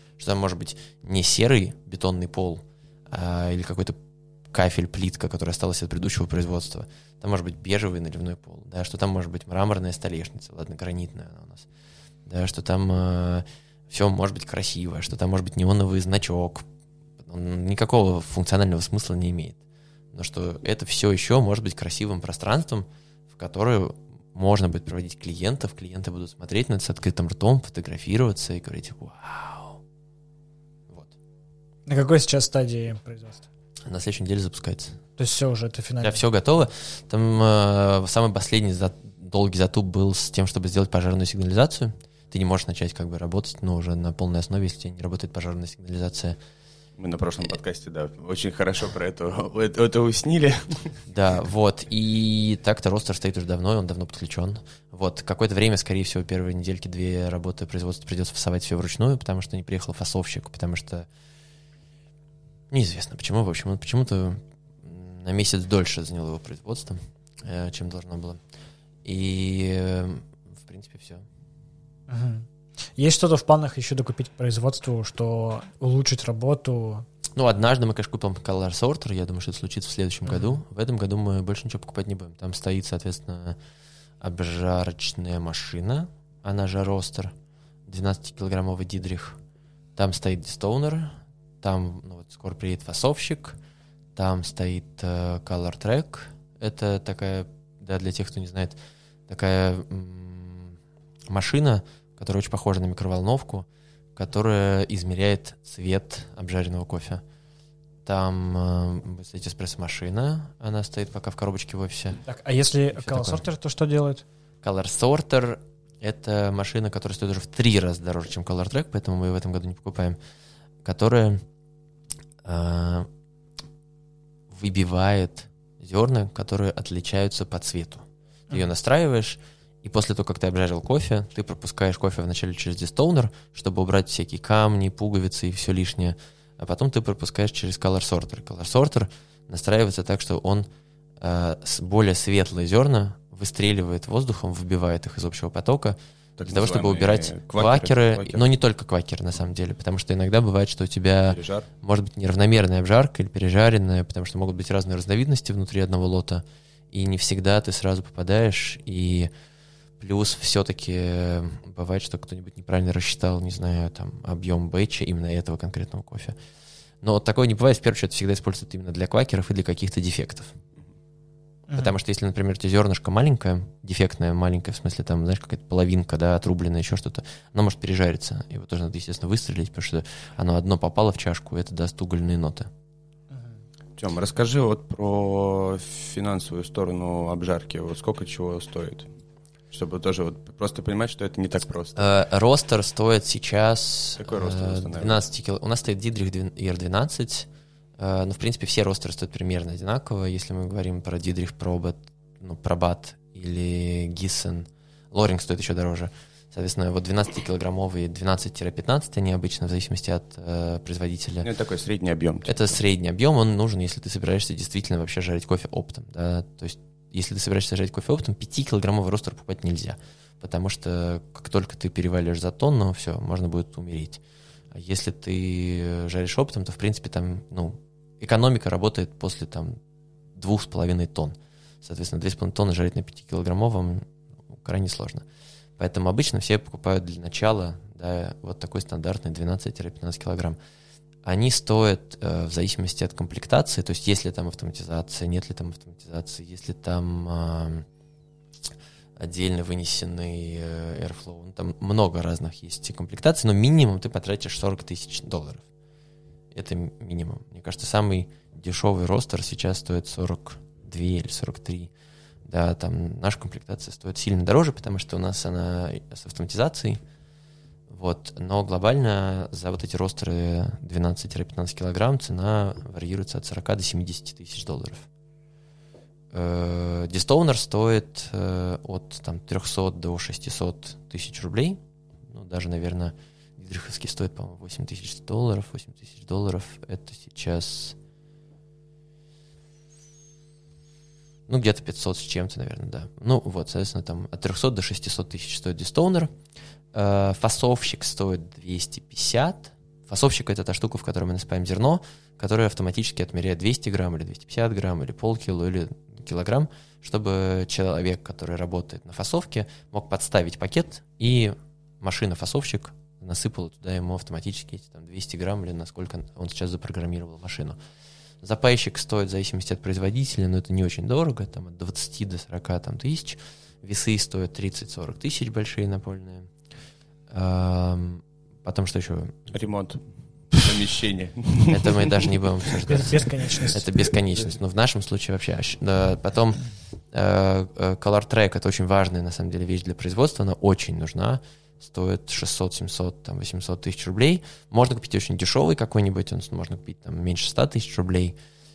Что там может быть не серый бетонный пол, а, или какой-то кафель, плитка, которая осталась от предыдущего производства. Там может быть бежевый наливной пол, да, что там может быть мраморная столешница, ладно, гранитная она у нас, да, что там э, все может быть красиво, что там может быть неоновый значок. Он никакого функционального смысла не имеет. Но что это все еще может быть красивым пространством, в которое можно будет проводить клиентов, клиенты будут смотреть на это с открытым ртом, фотографироваться и говорить «Вау!». Вот. На какой сейчас стадии производства? На следующей неделе запускается. То есть все уже, это финально? Да, все готово. Там э, самый последний за, долгий затуп был с тем, чтобы сделать пожарную сигнализацию. Ты не можешь начать как бы работать, но уже на полной основе, если у тебя не работает пожарная сигнализация. Мы на прошлом подкасте, да, очень хорошо про это, это, это уяснили. Да, вот. И так-то ростер стоит уже давно, он давно подключен. Вот. Какое-то время, скорее всего, первые недельки-две работы производства придется фасовать все вручную, потому что не приехал фасовщик, потому что неизвестно почему, в общем, он почему-то на месяц дольше занял его производство, чем должно было. И, в принципе, все. Угу. Есть что-то в планах еще докупить к производству, что улучшить работу? Ну, однажды мы, конечно, купим Color Sorter, я думаю, что это случится в следующем uh-huh. году. В этом году мы больше ничего покупать не будем. Там стоит, соответственно, обжарочная машина, она же ростер, двенадцатикилограммовый дидрих. Там стоит дистонер, там ну, вот, скоро приедет фасовщик, там стоит uh, Color Track. Это такая, да, для тех, кто не знает, такая м- машина, которая очень похожа на микроволновку, которая измеряет цвет обжаренного кофе. Там э, стоит эспрессо-машина, она стоит пока в коробочке в офисе. Так, а если Color Sorter, то что делает? Color Sorter — это машина, которая стоит уже в три раза дороже, чем Color Track, поэтому мы ее в этом году не покупаем, которая э, выбивает зерна, которые отличаются по цвету. Ты ее настраиваешь, и после того, как ты обжарил кофе, ты пропускаешь кофе вначале через дистонер, чтобы убрать всякие камни, пуговицы и все лишнее, а потом ты пропускаешь через Color Sorter. Color Sorter настраивается так, что он э, с более светлые зерна выстреливает воздухом, выбивает их из общего потока, так для того, чтобы убирать квакеры, квакеры, квакеры, но не только квакеры, на самом деле, потому что иногда бывает, что у тебя Пережар. может быть неравномерная обжарка или пережаренная, потому что могут быть разные разновидности внутри одного лота, и не всегда ты сразу попадаешь, и плюс все-таки бывает, что кто-нибудь неправильно рассчитал, не знаю, там, объем бэтча именно этого конкретного кофе. Но такое не бывает. В первую очередь, всегда используют именно для квакеров и для каких-то дефектов. Uh-huh. Потому что если, например, у тебя зернышко маленькое, дефектное, маленькое, в смысле, там, знаешь, какая-то половинка, да, отрубленная, еще что-то, оно может пережариться. Его тоже надо, естественно, выстрелить, потому что оно одно попало в чашку, и это даст угольные ноты. Uh-huh. Тём, расскажи вот про финансовую сторону обжарки. Вот сколько чего стоит? Чтобы тоже вот просто понимать, что это не так просто. Э, ростер стоит сейчас... Какой ростер двенадцать кило. У нас стоит Дидрих и эр двенадцать. Э, но, в принципе, все ростеры стоят примерно одинаково. Если мы говорим про Дидрих, Пробат, ну, Пробат или Гиссен. Лоринг стоит еще дороже. Соответственно, вот двенадцатикилограммовые, двенадцать-пятнадцать они обычно, в зависимости от э, производителя. Это такой средний объем. Типа. Это средний объем. Он нужен, если ты собираешься действительно вообще жарить кофе оптом. Да? То есть если ты собираешься жарить кофе оптом, пятикилограммовый ростер покупать нельзя, потому что как только ты переваливаешь за тонну, все, можно будет умереть. А если ты жаришь оптом, то, в принципе, там, ну, экономика работает после, там, двух с половиной тонн. Соответственно, две с половиной тонны жарить на пятикилограммовом крайне сложно. Поэтому обычно все покупают для начала, да, вот такой стандартный двенадцать-пятнадцать килограмм. Они стоят э, в зависимости от комплектации, то есть есть ли там автоматизация, нет ли там автоматизации, есть ли там э, отдельно вынесенный э, Airflow. Ну, там много разных есть комплектаций, но минимум ты потратишь сорок тысяч долларов. Это минимум. Мне кажется, самый дешевый ростер сейчас стоит сорок два или сорок три. Да, там наша комплектация стоит сильно дороже, потому что у нас она с автоматизацией. Вот, но глобально за вот эти ростеры двенадцать-пятнадцать килограмм цена варьируется от сорока до семидесяти тысяч долларов. Дистоунер стоит э, от там, трехсот до шестисот тысяч рублей. Ну, даже, наверное, дидриховский стоит, по-моему, восемь тысяч долларов. восемь тысяч долларов это сейчас... Ну, где-то пятьсот с чем-то, наверное, да. Ну, вот, соответственно, там от трехсот до шестисот тысяч стоит дистоунер. Фасовщик стоит двести пятьдесят, Фасовщик — это та штука, в которой мы насыпаем зерно, которая автоматически отмеряет двести грамм или двести пятьдесят грамм или полкило или килограмм, чтобы человек, который работает на фасовке, мог подставить пакет, и машина-фасовщик насыпала туда ему автоматически эти там, двести грамм или насколько он сейчас запрограммировал машину. Запайщик стоит в зависимости от производителя, но это не очень дорого, там от двадцати до сорока там, тысяч. Весы стоят тридцать-сорок тысяч большие напольные. Потом что еще? Ремонт помещения. Это мы даже не будем обсуждать. Бесконечность. Это бесконечность. Но в нашем случае вообще... Да, потом Color Track — это очень важная, на самом деле, вещь для производства. Она очень нужна. Стоит шестьсот, семьсот, там, восемьсот тысяч рублей. Можно купить очень дешевый какой-нибудь, он можно купить там меньше ста тысяч рублей.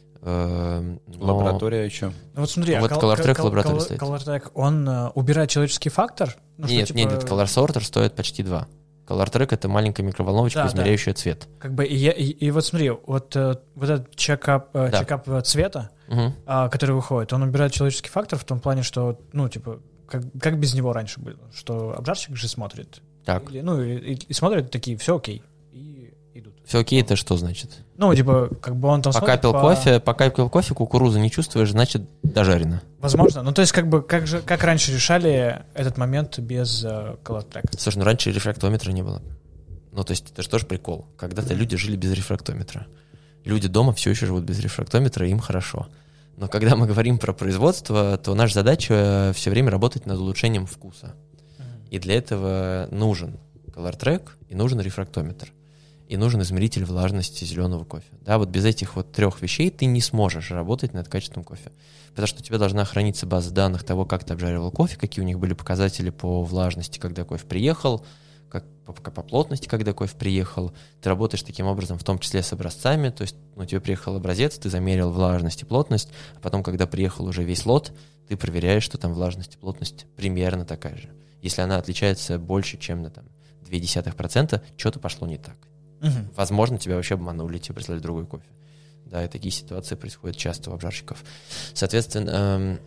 Но... Лаборатория еще. Ну вот смотри, вот а Color Track Color, лаборатория Color, стоит. Color Track, он uh, убирает человеческий фактор? Ну, нет, что, нет, типа... нет, Color Sorter стоит почти два. Color Track — это маленькая микроволновочка, да, измеряющая да. цвет. Как бы и, и, и вот смотри, вот, вот этот чекап, да. чекап цвета, угу. а, который выходит, он убирает человеческий фактор в том плане, что, ну, типа, как, как без него раньше было, что обжарщик же смотрит. Так. Или, ну, и, и, и смотрят такие, все окей, и идут. Все окей, это что значит? Ну, типа, как бы он там покапил смотрит кофе, по... покапил кофе, кукурузу не чувствуешь, значит, дожарено. Возможно. Ну, то есть, как бы, как же, как раньше решали этот момент без uh, Color Track? Слушай, ну раньше рефрактометра не было. Ну, то есть, это же тоже прикол. Когда-то mm-hmm. люди жили без рефрактометра. Люди дома все еще живут без рефрактометра, им хорошо. Но когда мы говорим про производство, то наша задача все время работать над улучшением вкуса. Mm-hmm. И для этого нужен Color Track и нужен рефрактометр. И нужен измеритель влажности зеленого кофе. Да, вот без этих вот трех вещей ты не сможешь работать над качеством кофе. Потому что у тебя должна храниться база данных того, как ты обжаривал кофе, какие у них были показатели по влажности, когда кофе приехал, как по, по плотности, когда кофе приехал. Ты работаешь таким образом, в том числе с образцами. То есть ну, тебе приехал образец, ты замерил влажность и плотность, а потом, когда приехал уже весь лот, ты проверяешь, что там влажность и плотность примерно такая же. Если она отличается больше, чем на там, ноль целых две десятых процента, что-то пошло не так. Угу. Возможно, тебя вообще обманули, тебе прислали другой кофе. Да, и такие ситуации происходят часто у обжарщиков. Соответственно,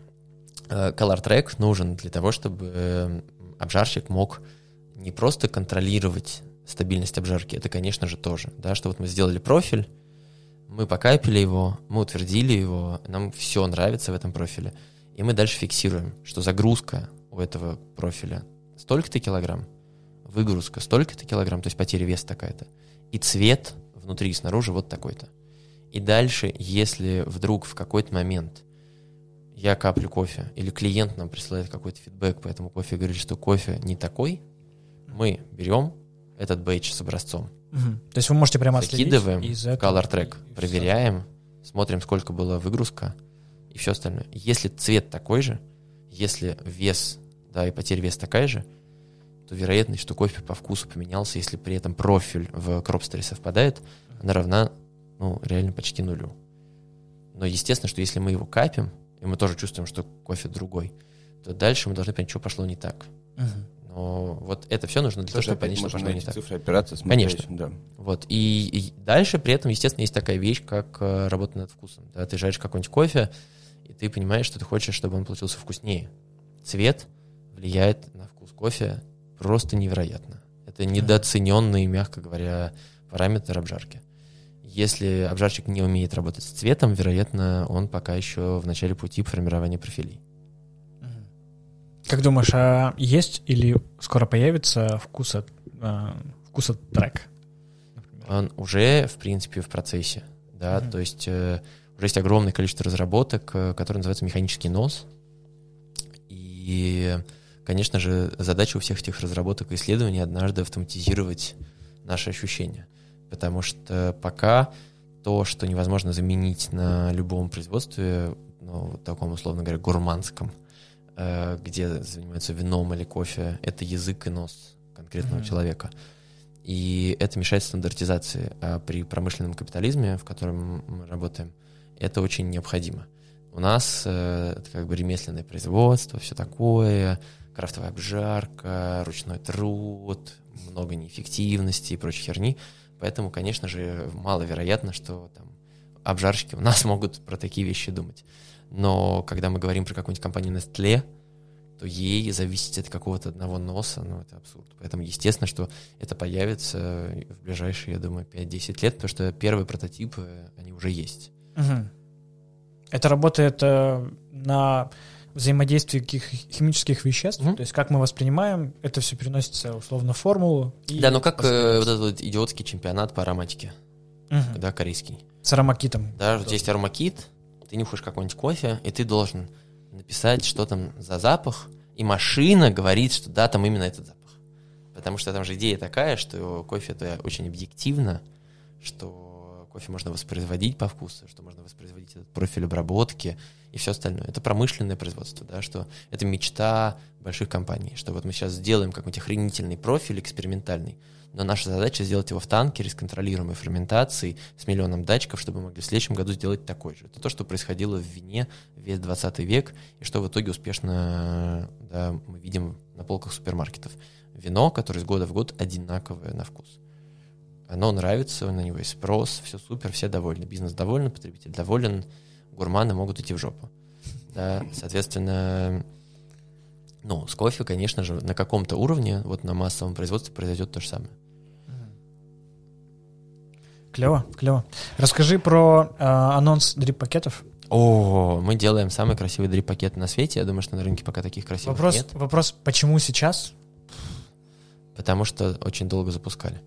Color Track нужен для того, чтобы обжарщик мог не просто контролировать стабильность обжарки, это, конечно же, тоже. Да, что вот мы сделали профиль, мы покапили его, мы утвердили его, нам все нравится в этом профиле, и мы дальше фиксируем, что загрузка у этого профиля столько-то килограмм, выгрузка столько-то килограмм, то есть потеря веса такая-то, и цвет внутри и снаружи вот такой-то. И дальше, если вдруг в какой-то момент я каплю кофе, или клиент нам присылает какой-то фидбэк по этому кофе и говорит, что кофе не такой, мы берем этот бейдж с образцом, угу. То есть вы можете прямо закидываем в Color Track, проверяем, смотрим, сколько была выгрузка и все остальное. Если цвет такой же, если вес, да, и потеря веса такая же, то вероятность, что кофе по вкусу поменялся, если при этом профиль в кропстере совпадает, она равна, ну, реально почти нулю. Но естественно, что если мы его капим, и мы тоже чувствуем, что кофе другой, то дальше мы должны понять, что пошло не так. Uh-huh. Но вот это все нужно для тоже того, чтобы понять, что пошло не так. Цифры операции смотреть. Конечно. Да. Вот. И, и дальше при этом, естественно, есть такая вещь, как э, работа над вкусом. Да? Ты жаришь какой-нибудь кофе, и ты понимаешь, что ты хочешь, чтобы он получился вкуснее. Цвет влияет на вкус кофе просто невероятно. Это недооцененный, мягко говоря, параметр обжарки. Если обжарщик не умеет работать с цветом, вероятно, он пока еще в начале пути формирования профилей. Как думаешь, а есть или скоро появится вкуса, э, вкуса трек? Например? Он уже, в принципе, в процессе. Да? Mm-hmm. То есть э, уже есть огромное количество разработок, э, которые называются механический нос. И, конечно же, задача у всех этих разработок и исследований однажды автоматизировать наши ощущения. Потому что пока то, что невозможно заменить на любом производстве, ну, таком, условно говоря, гурманском, где занимаются вином или кофе, это язык и нос конкретного mm-hmm. человека. И это мешает стандартизации. А при промышленном капитализме, в котором мы работаем, это очень необходимо. У нас это как бы ремесленное производство, все такое, крафтовая обжарка, ручной труд, много неэффективности и прочей херни. Поэтому, конечно же, маловероятно, что там обжарщики у нас могут про такие вещи думать. Но когда мы говорим про какую-нибудь компанию Nestlé, то ей зависеть от какого-то одного носа, ну, это абсурд. Поэтому, естественно, что это появится в ближайшие, я думаю, пять-десять лет, потому что первые прототипы, они уже есть. Угу. Это работает э, на взаимодействии каких химических веществ, угу. То есть как мы воспринимаем, это все переносится условно в формулу. И да, ну как э, вот этот вот идиотский чемпионат по ароматике, угу. да, корейский. С аромакитом. Да, вот есть аромакит, ты нюхаешь какой-нибудь кофе, и ты должен написать, что там за запах, и машина говорит, что да, там именно этот запах. Потому что там же идея такая, что кофе это очень объективно, что кофе можно воспроизводить по вкусу, что можно воспроизводить этот профиль обработки и все остальное. Это промышленное производство, да, что это мечта больших компаний, что вот мы сейчас сделаем какой-нибудь охренительный профиль экспериментальный, но наша задача сделать его в танкере с контролируемой ферментацией, с миллионом датчиков, чтобы мы могли в следующем году сделать такой же. Это то, что происходило в вине весь двадцатый век, и что в итоге успешно, да, мы видим на полках супермаркетов. Вино, которое с года в год одинаковое на вкус. Оно нравится, на него есть спрос, все супер, все довольны. Бизнес доволен, потребитель доволен, гурманы могут идти в жопу. Да, соответственно, ну, с кофе, конечно же, на каком-то уровне, вот на массовом производстве произойдет то же самое. Клево, клево. Расскажи про э, анонс дрип-пакетов. О, мы делаем самый красивый дрип-пакет на свете. Я думаю, что на рынке пока таких красивых вопрос, нет. Вопрос, почему сейчас? Потому что очень долго запускали.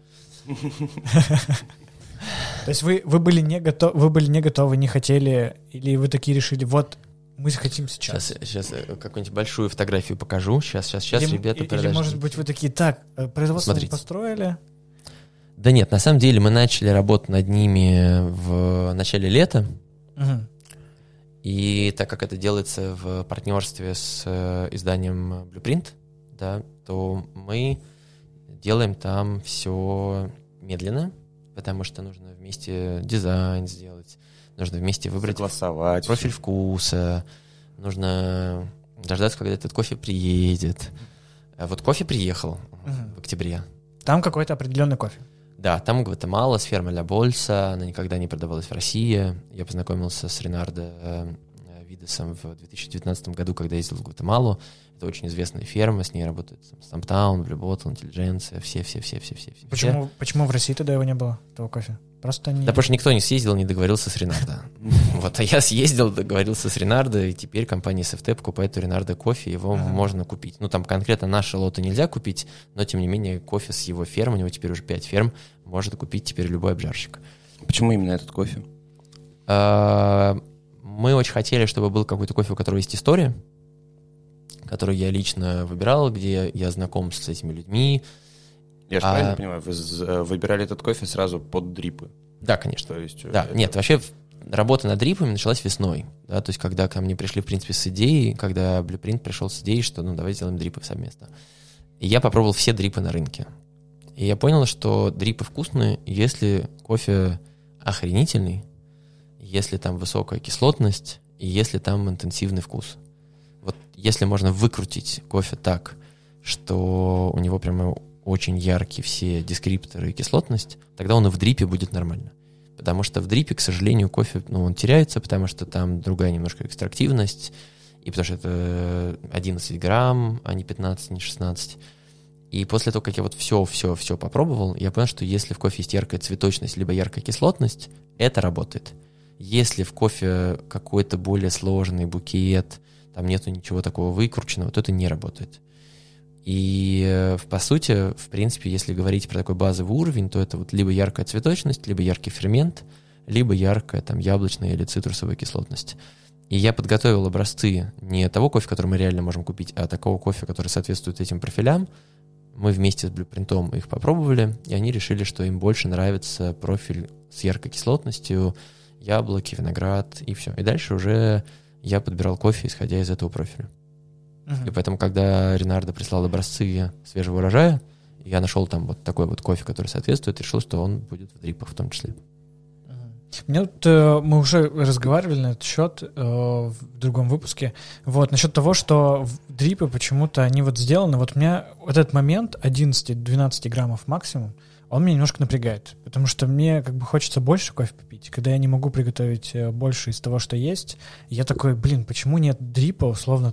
То есть вы, вы, были не готовы, вы были не готовы, не хотели, или вы такие решили, вот мы захотим сейчас? Сейчас, сейчас какую-нибудь большую фотографию покажу. Сейчас, сейчас, сейчас, или, ребята, или, или, может быть, вы такие, так, производство мы построили? Да нет, на самом деле мы начали работать над ними в начале лета. Угу. И так как это делается в партнерстве с изданием Blueprint, да, то мы делаем там все медленно, потому что нужно вместе дизайн сделать, нужно вместе выбрать согласовать профиль вкуса, нужно дождаться, когда этот кофе приедет. А вот кофе приехал угу. в октябре. Там какой-то определенный кофе. Да, там Гватемала с фермы Ля Больса, она никогда не продавалась в России. Я познакомился с Ренардо Видесом в две тысячи девятнадцатом году, когда ездил в Гватемалу. Это очень известная ферма, с ней работают Стамптаун, Blue Bottle, Intelligentsia, все-все-все-все-все. Почему, почему в России тогда его не было, этого кофе? Просто не... Да потому что никто не съездил, не договорился с Ренардо. Вот, а я съездил, договорился с Ренардо, и теперь компания эс эф ти покупает у Ренардо кофе, его можно купить. Ну, там конкретно наши лоты нельзя купить, но, тем не менее, кофе с его ферм, у него теперь уже пять ферм, может купить теперь любой обжарщик. Почему именно этот кофе? Мы очень хотели, чтобы был какой-то кофе, у которого есть история, который я лично выбирал, где я знаком с этими людьми. Я же а... правильно понимаю, вы выбирали этот кофе сразу под дрипы? Да, конечно. То есть, да, это... нет, вообще работа над дрипами началась весной, да, то есть когда ко мне пришли, в принципе, с идеей, когда Blueprint пришел с идеей, что, ну, давайте сделаем дрипы совместно. И я попробовал все дрипы на рынке. И я понял, что дрипы вкусные, если кофе охренительный, если там высокая кислотность и если там интенсивный вкус. Вот если можно выкрутить кофе так, что у него прямо очень яркие все дескрипторы и кислотность, тогда он и в дрипе будет нормально. Потому что в дрипе, к сожалению, кофе, ну, он теряется, потому что там другая немножко экстрактивность, и потому что это одиннадцать грамм, а не пятнадцать, не шестнадцать. И после того, как я вот все-все-все попробовал, я понял, что если в кофе есть яркая цветочность, либо яркая кислотность, это работает. Если в кофе какой-то более сложный букет, там нету ничего такого выкрученного, то это не работает. И, по сути, в принципе, если говорить про такой базовый уровень, то это вот либо яркая цветочность, либо яркий фермент, либо яркая там яблочная или цитрусовая кислотность. И я подготовил образцы не того кофе, который мы реально можем купить, а такого кофе, который соответствует этим профилям. Мы вместе с Blueprint их попробовали, и они решили, что им больше нравится профиль с яркой кислотностью, яблоки, виноград и все. И дальше уже я подбирал кофе, исходя из этого профиля. Uh-huh. И поэтому, когда Ренардо прислал образцы свежего урожая, я нашел там вот такой вот кофе, который соответствует, и решил, что он будет в дрипах в том числе. Uh-huh. Мне вот, э, мы уже разговаривали на этот счет э, в другом выпуске, вот, насчет того, что дрипы почему-то, они вот сделаны, вот у меня вот этот момент одиннадцать-двенадцать граммов максимум, он меня немножко напрягает, потому что мне как бы хочется больше кофе попить. Когда я не могу приготовить больше из того, что есть, я такой, блин, почему нет дрипа, условно, там,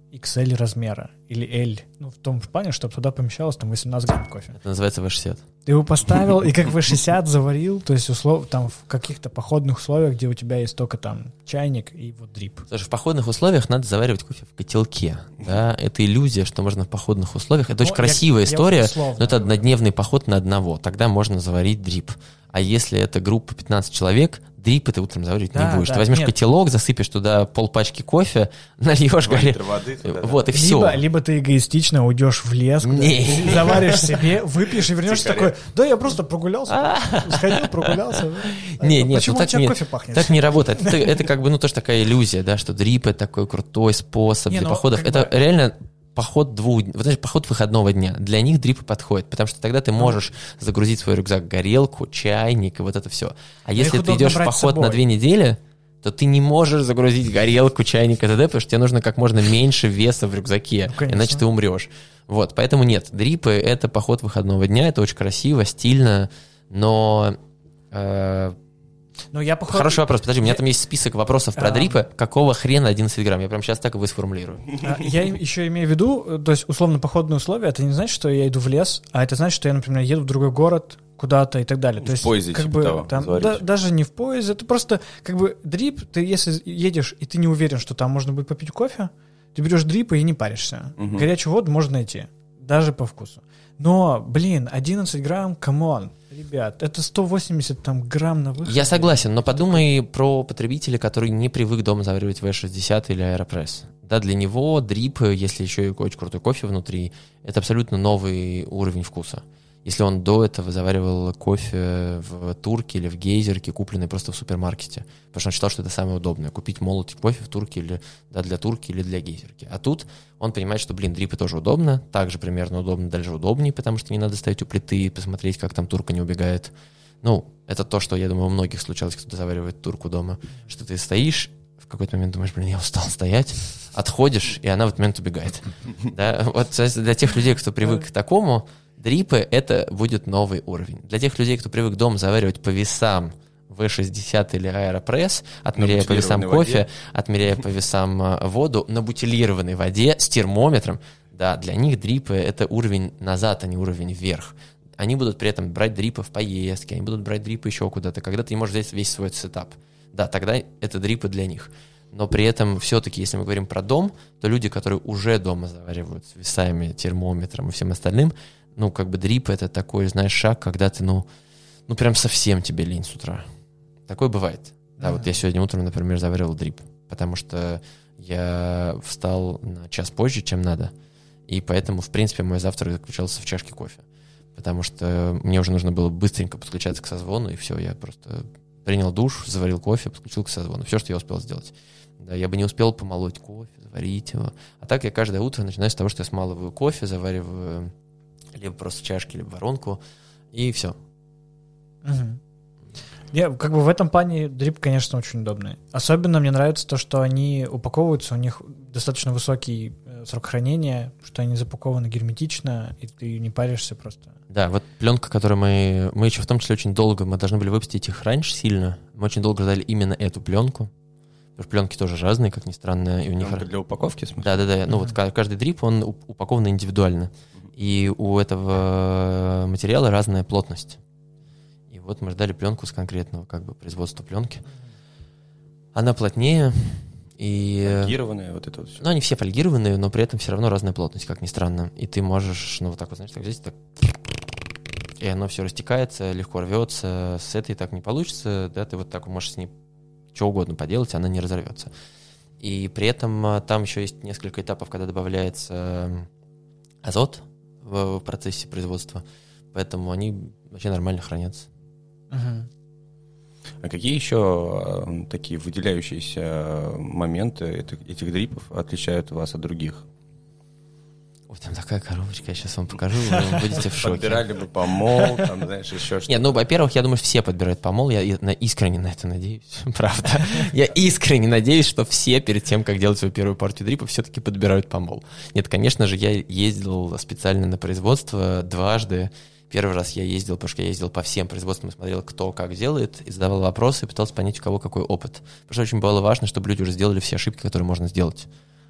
икс эль размера или L, ну, в том плане, чтобы туда помещалось там восемнадцать грамм кофе. Это называется ви шестьдесят. Ты его поставил и как ви шестьдесят заварил, то есть услов, там в каких-то походных условиях, где у тебя есть только там чайник и вот дрип. Слушай, в походных условиях надо заваривать кофе в котелке, да, это иллюзия, что можно в походных условиях, это ну, очень красивая я, история, я но это однодневный поход на одного, тогда можно заварить дрип. А если это группа пятнадцать человек, дрип ты утром заваривать да, не будешь. Да, ты возьмешь нет. котелок, засыпешь туда полпачки кофе, нальешь горе... воды туда, вот, да. и все. Либо, либо ты эгоистично уйдешь в лес, заваришь себе, выпьешь и вернешься такой, да, я просто прогулялся, сходил, прогулялся. Не, нет, почему ну, у тебя не, кофе пахнет? Так не работает. Это, это как бы, ну, тоже такая иллюзия, да, что дрип — это такой крутой способ не, для ну, походов. Это бы... реально... Поход двух, вот знаешь, поход выходного дня. Для них дрипы подходят, потому что тогда ты можешь загрузить в свой рюкзак горелку, чайник и вот это все. А но если ты идешь в поход на две недели, то ты не можешь загрузить горелку, чайник и т.д., потому что тебе нужно как можно меньше веса в рюкзаке, ну, иначе ты умрешь. Вот, поэтому нет, дрипы — это поход выходного дня, это очень красиво, стильно, но... Э, Ну, я похож... Хороший вопрос, подожди, у меня там есть список вопросов про а... дрипы. Какого хрена одиннадцать грамм? Я прямо сейчас так его сформулирую. Я еще имею в виду, то есть условно походные условия, это не значит, что я иду в лес, а это значит, что я, например, еду в другой город, куда-то и так далее. То в есть, поезде, как типа бы, того, там, да, даже не в поезде, это просто как бы дрип, ты если едешь, и ты не уверен, что там можно будет попить кофе, ты берешь дрип и не паришься. Угу. Горячую воду можно найти, даже по вкусу. Но, блин, одиннадцать грамм, камон. Ребят, это сто восемьдесят там, грамм на выход. Я согласен, но подумай про потребителя, который не привык дома заваривать ви шестьдесят или Аэропресс. Да, для него дрип, если еще и очень крутой кофе внутри, это абсолютно новый уровень вкуса. Если он до этого заваривал кофе в турке или в гейзерке, купленный просто в супермаркете, потому что он считал, что это самое удобное, купить молотый кофе в турке или да, для турки или для гейзерки. А тут он понимает, что, блин, дрипы тоже удобно, также примерно удобно, даже удобнее, потому что не надо стоять у плиты и посмотреть, как там турка не убегает. Ну, это то, что, я думаю, у многих случалось, кто заваривает турку дома, что ты стоишь, в какой-то момент думаешь, блин, я устал стоять, отходишь, и она в этот момент убегает. Да? Вот для тех людей, кто привык к такому, дрипы — это будет новый уровень. Для тех людей, кто привык дома заваривать по весам ви шестьдесят или Аэропресс, отмеряя по весам кофе, воде. Отмеряя по весам воду на бутилированной воде с термометром, да, для них дрипы — это уровень назад, а не уровень вверх. Они будут при этом брать дрипы в поездке, они будут брать дрипы еще куда-то, когда ты не можешь взять весь свой сетап. Да, тогда это дрипы для них. Но при этом все-таки, если мы говорим про дом, то люди, которые уже дома заваривают с весами, термометром и всем остальным, ну, как бы дрип — это такой, знаешь, шаг, когда ты, ну, ну, прям совсем тебе лень с утра. Такое бывает. Да, mm-hmm. вот я сегодня утром, например, заварил дрип, потому что я встал на час позже, чем надо, и поэтому, в принципе, мой завтрак заключался в чашке кофе, потому что мне уже нужно было быстренько подключаться к созвону, и все, я просто принял душ, заварил кофе, подключил к созвону. Все, что я успел сделать. Да, я бы не успел помолоть кофе, заварить его. А так я каждое утро начинаю с того, что я смалываю кофе, завариваю либо просто чашки, либо воронку, и все. Угу. Я, как бы в этом плане дрип, конечно, очень удобный. Особенно мне нравится то, что они упаковываются, у них достаточно высокий срок хранения, что они запакованы герметично, и ты не паришься просто. Да, вот пленка, которую мы... Мы еще в том числе очень долго, мы должны были выпустить их раньше сильно, мы очень долго ждали именно эту пленку, потому что пленки тоже разные, как ни странно. И у них... Для упаковки, в смысле? Да-да-да, uh-huh. ну вот каждый дрип, он упакован индивидуально, и у этого материала разная плотность. И вот мы ждали пленку с конкретного как бы производства пленки. Она плотнее и... Фольгированные, вот это вот все. Ну, они все фольгированные, но при этом все равно разная плотность, как ни странно. И ты можешь, ну, вот так вот, знаешь, так здесь так... И оно все растекается, легко рвется. С этой так не получится, да, ты вот так можешь с ней что угодно поделать, она не разорвется. И при этом там еще есть несколько этапов, когда добавляется азот в процессе производства, поэтому они вообще нормально хранятся. Uh-huh. А какие еще э, такие выделяющиеся моменты этих, этих дрипов отличают вас от других? Ой, там такая коробочка, я сейчас вам покажу, вы будете в шоке. Подбирали бы помол, там, знаешь, еще что-то. Нет, ну, во-первых, я думаю, все подбирают помол, я искренне на это надеюсь, правда. Я искренне надеюсь, что все перед тем, как делать свою первую партию дрипов, все-таки подбирают помол. Нет, конечно же, я ездил специально на производство дважды. Первый раз я ездил, потому что я ездил по всем производствам и смотрел, кто как делает, и задавал вопросы, и пытался понять, у кого какой опыт. Потому что очень было важно, чтобы люди уже сделали все ошибки, которые можно сделать.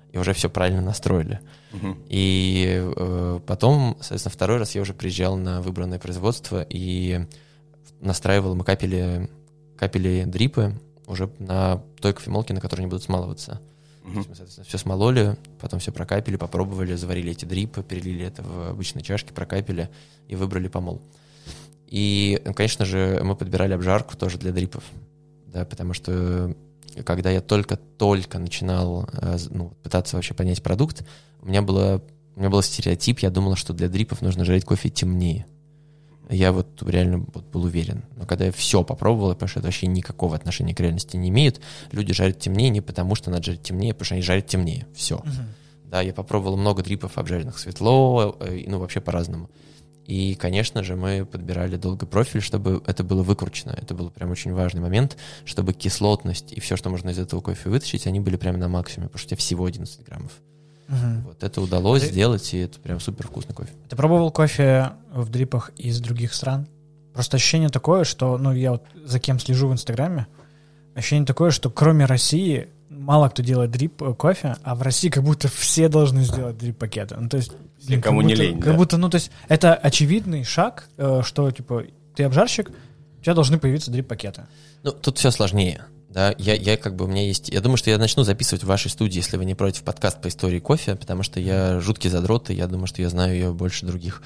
и уже все правильно настроили. Угу. И э, потом, соответственно, второй раз я уже приезжал на выбранное производство и настраивал, мы капели, капели дрипы уже на той кофемолке, на которой они будут смалываться. Угу. Мы, соответственно, все смололи, потом все прокапили, попробовали, заварили эти дрипы, перелили это в обычные чашки, прокапили и выбрали помол. И, конечно же, мы подбирали обжарку тоже для дрипов, да, потому что когда я только-только начинал ну, пытаться вообще понять продукт, у меня, было, у меня был стереотип, я думал, что для дрипов нужно жарить кофе темнее. Я вот реально вот был уверен. Но когда я все попробовал, потому что это вообще никакого отношения к реальности не имеет, люди жарят темнее не потому, что надо жарить темнее, потому что они жарят темнее. Все. Uh-huh. Да, я попробовал много дрипов, обжаренных светло, ну вообще по-разному. И, конечно же, мы подбирали долго профиль, чтобы это было выкручено. Это был прям очень важный момент, чтобы кислотность и все, что можно из этого кофе вытащить, они были прямо на максимуме, потому что у тебя всего одиннадцать граммов. Угу. Вот это удалось Ты... сделать, и это прям супер вкусный кофе. Ты пробовал кофе в дрипах из других стран? Просто ощущение такое, что, ну, я вот за кем слежу в Инстаграме, ощущение такое, что кроме России мало кто делает дрип кофе, а в России как будто все должны сделать дрип-пакеты. Ну, то есть, блин, кому как будто, не лень, как да? будто, ну, то есть, это очевидный шаг, что, типа, ты обжарщик, у тебя должны появиться дрип-пакеты. Ну, тут все сложнее. Да, я, я как бы, у меня есть... Я думаю, что я начну записывать в вашей студии, если вы не против, подкаст по истории кофе, потому что я жуткий задрот, и я думаю, что я знаю ее больше других.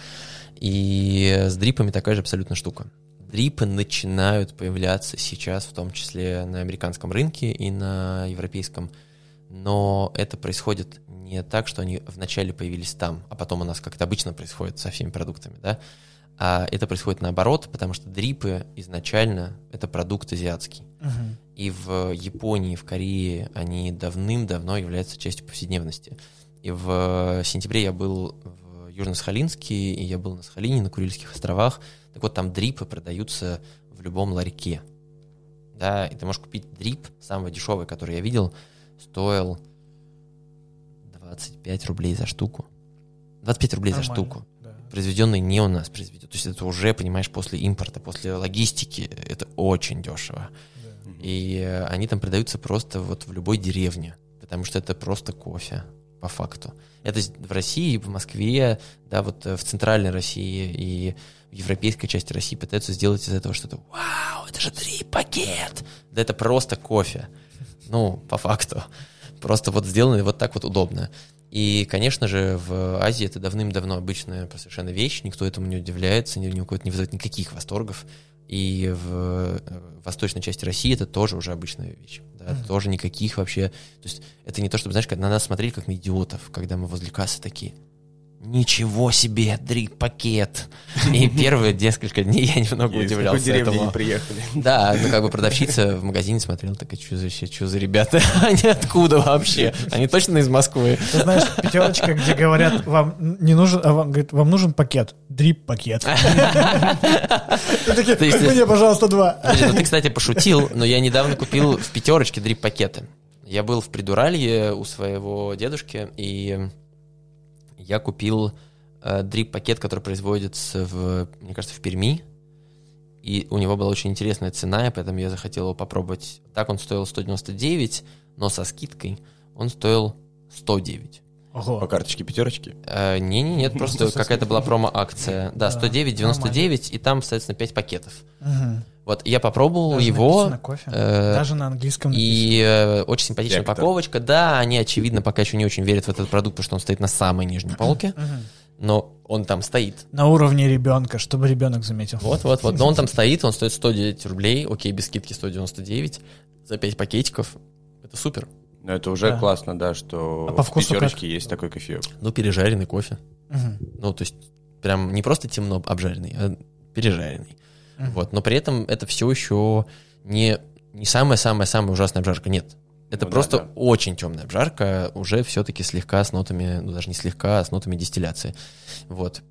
И с дрипами такая же абсолютно штука. Дрипы начинают появляться сейчас, в том числе на американском рынке и на европейском, но это происходит не так, что они вначале появились там, а потом у нас, как это обычно происходит со всеми продуктами, да, а это происходит наоборот, потому что дрипы изначально это продукт азиатский. Uh-huh. И в Японии, в Корее они давным-давно являются частью повседневности. И в сентябре я был в Южно-Сахалинске, и я был на Сахалине, на Курильских островах. Так вот, там дрипы продаются в любом ларьке. Да, и ты можешь купить дрип, самый дешевый, который я видел, стоил двадцать пять рублей за штуку. двадцать пять рублей Нормально, за штуку. Да. Произведенный не у нас произведен. То есть это уже, понимаешь, после импорта, после логистики, это очень дешево. Да. И они там продаются просто вот в любой деревне, потому что это просто кофе, по факту. Это в России, в Москве, да, вот в центральной России и в европейской части России пытаются сделать из этого что-то. Вау, это же дрип-пакет! Да это просто кофе. Ну, по факту. Просто вот сделано вот так вот удобно. И, конечно же, в Азии это давным-давно обычная совершенно вещь, никто этому не удивляется, ни у кого это не вызывает никаких восторгов. И в восточной части России это тоже уже обычная вещь. Да, mm-hmm. тоже никаких вообще... То есть это не то, чтобы, знаешь, на нас смотрели как на идиотов, когда мы возле кассы такие... Ничего себе, дрип-пакет. И первые несколько дней я немного и удивлялся из какой деревни этому. Не приехали. Да, ну как бы продавщица в магазине смотрела, такая, что за, что за ребята? Они откуда вообще? Они точно из Москвы? Ты знаешь, пятерочка, где говорят, вам не нужен, а вам, говорит, вам нужен пакет, дрип-пакет. Ты такие, мне, пожалуйста, два. Ну ты, кстати, пошутил, но я недавно купил в пятерочке дрип-пакеты. Я был в Придуралье у своего дедушки, и... Я купил э, дрип-пакет, который производится, в, мне кажется, в Перми. И у него была очень интересная цена, и поэтому я захотел его попробовать. Так он стоил сто девяносто девять, но со скидкой он стоил сто девять. Ого. По карточке пятерочки? Э, не-не, нет, просто какая-то была промо-акция. Да, сто девять девяносто девять, и там, соответственно, пять пакетов. Вот, я попробовал Даже его. Кофе. Э, Даже на английском написано. И э, очень симпатичная Ректор. Упаковочка. Да, они, очевидно, пока еще не очень верят в этот продукт, потому что он стоит на самой нижней полке. Но он там стоит. На уровне ребенка, чтобы ребенок заметил. Вот-вот-вот. Но он там стоит, он стоит сто девять рублей. Окей, без скидки сто девяносто девять. За пять пакетиков. Это супер. Ну, это уже да. классно, да, что а по в пятерочке есть такой кофеек. Ну, пережаренный кофе. Угу. Ну, то есть, прям не просто темно обжаренный, а пережаренный. Uh-huh. Вот. Но при этом это все еще не, не самая-самая-самая ужасная обжарка. Нет. Это ну, просто да, да. очень темная обжарка, уже все-таки слегка с нотами, ну даже не слегка, а с нотами дистилляции. Вот.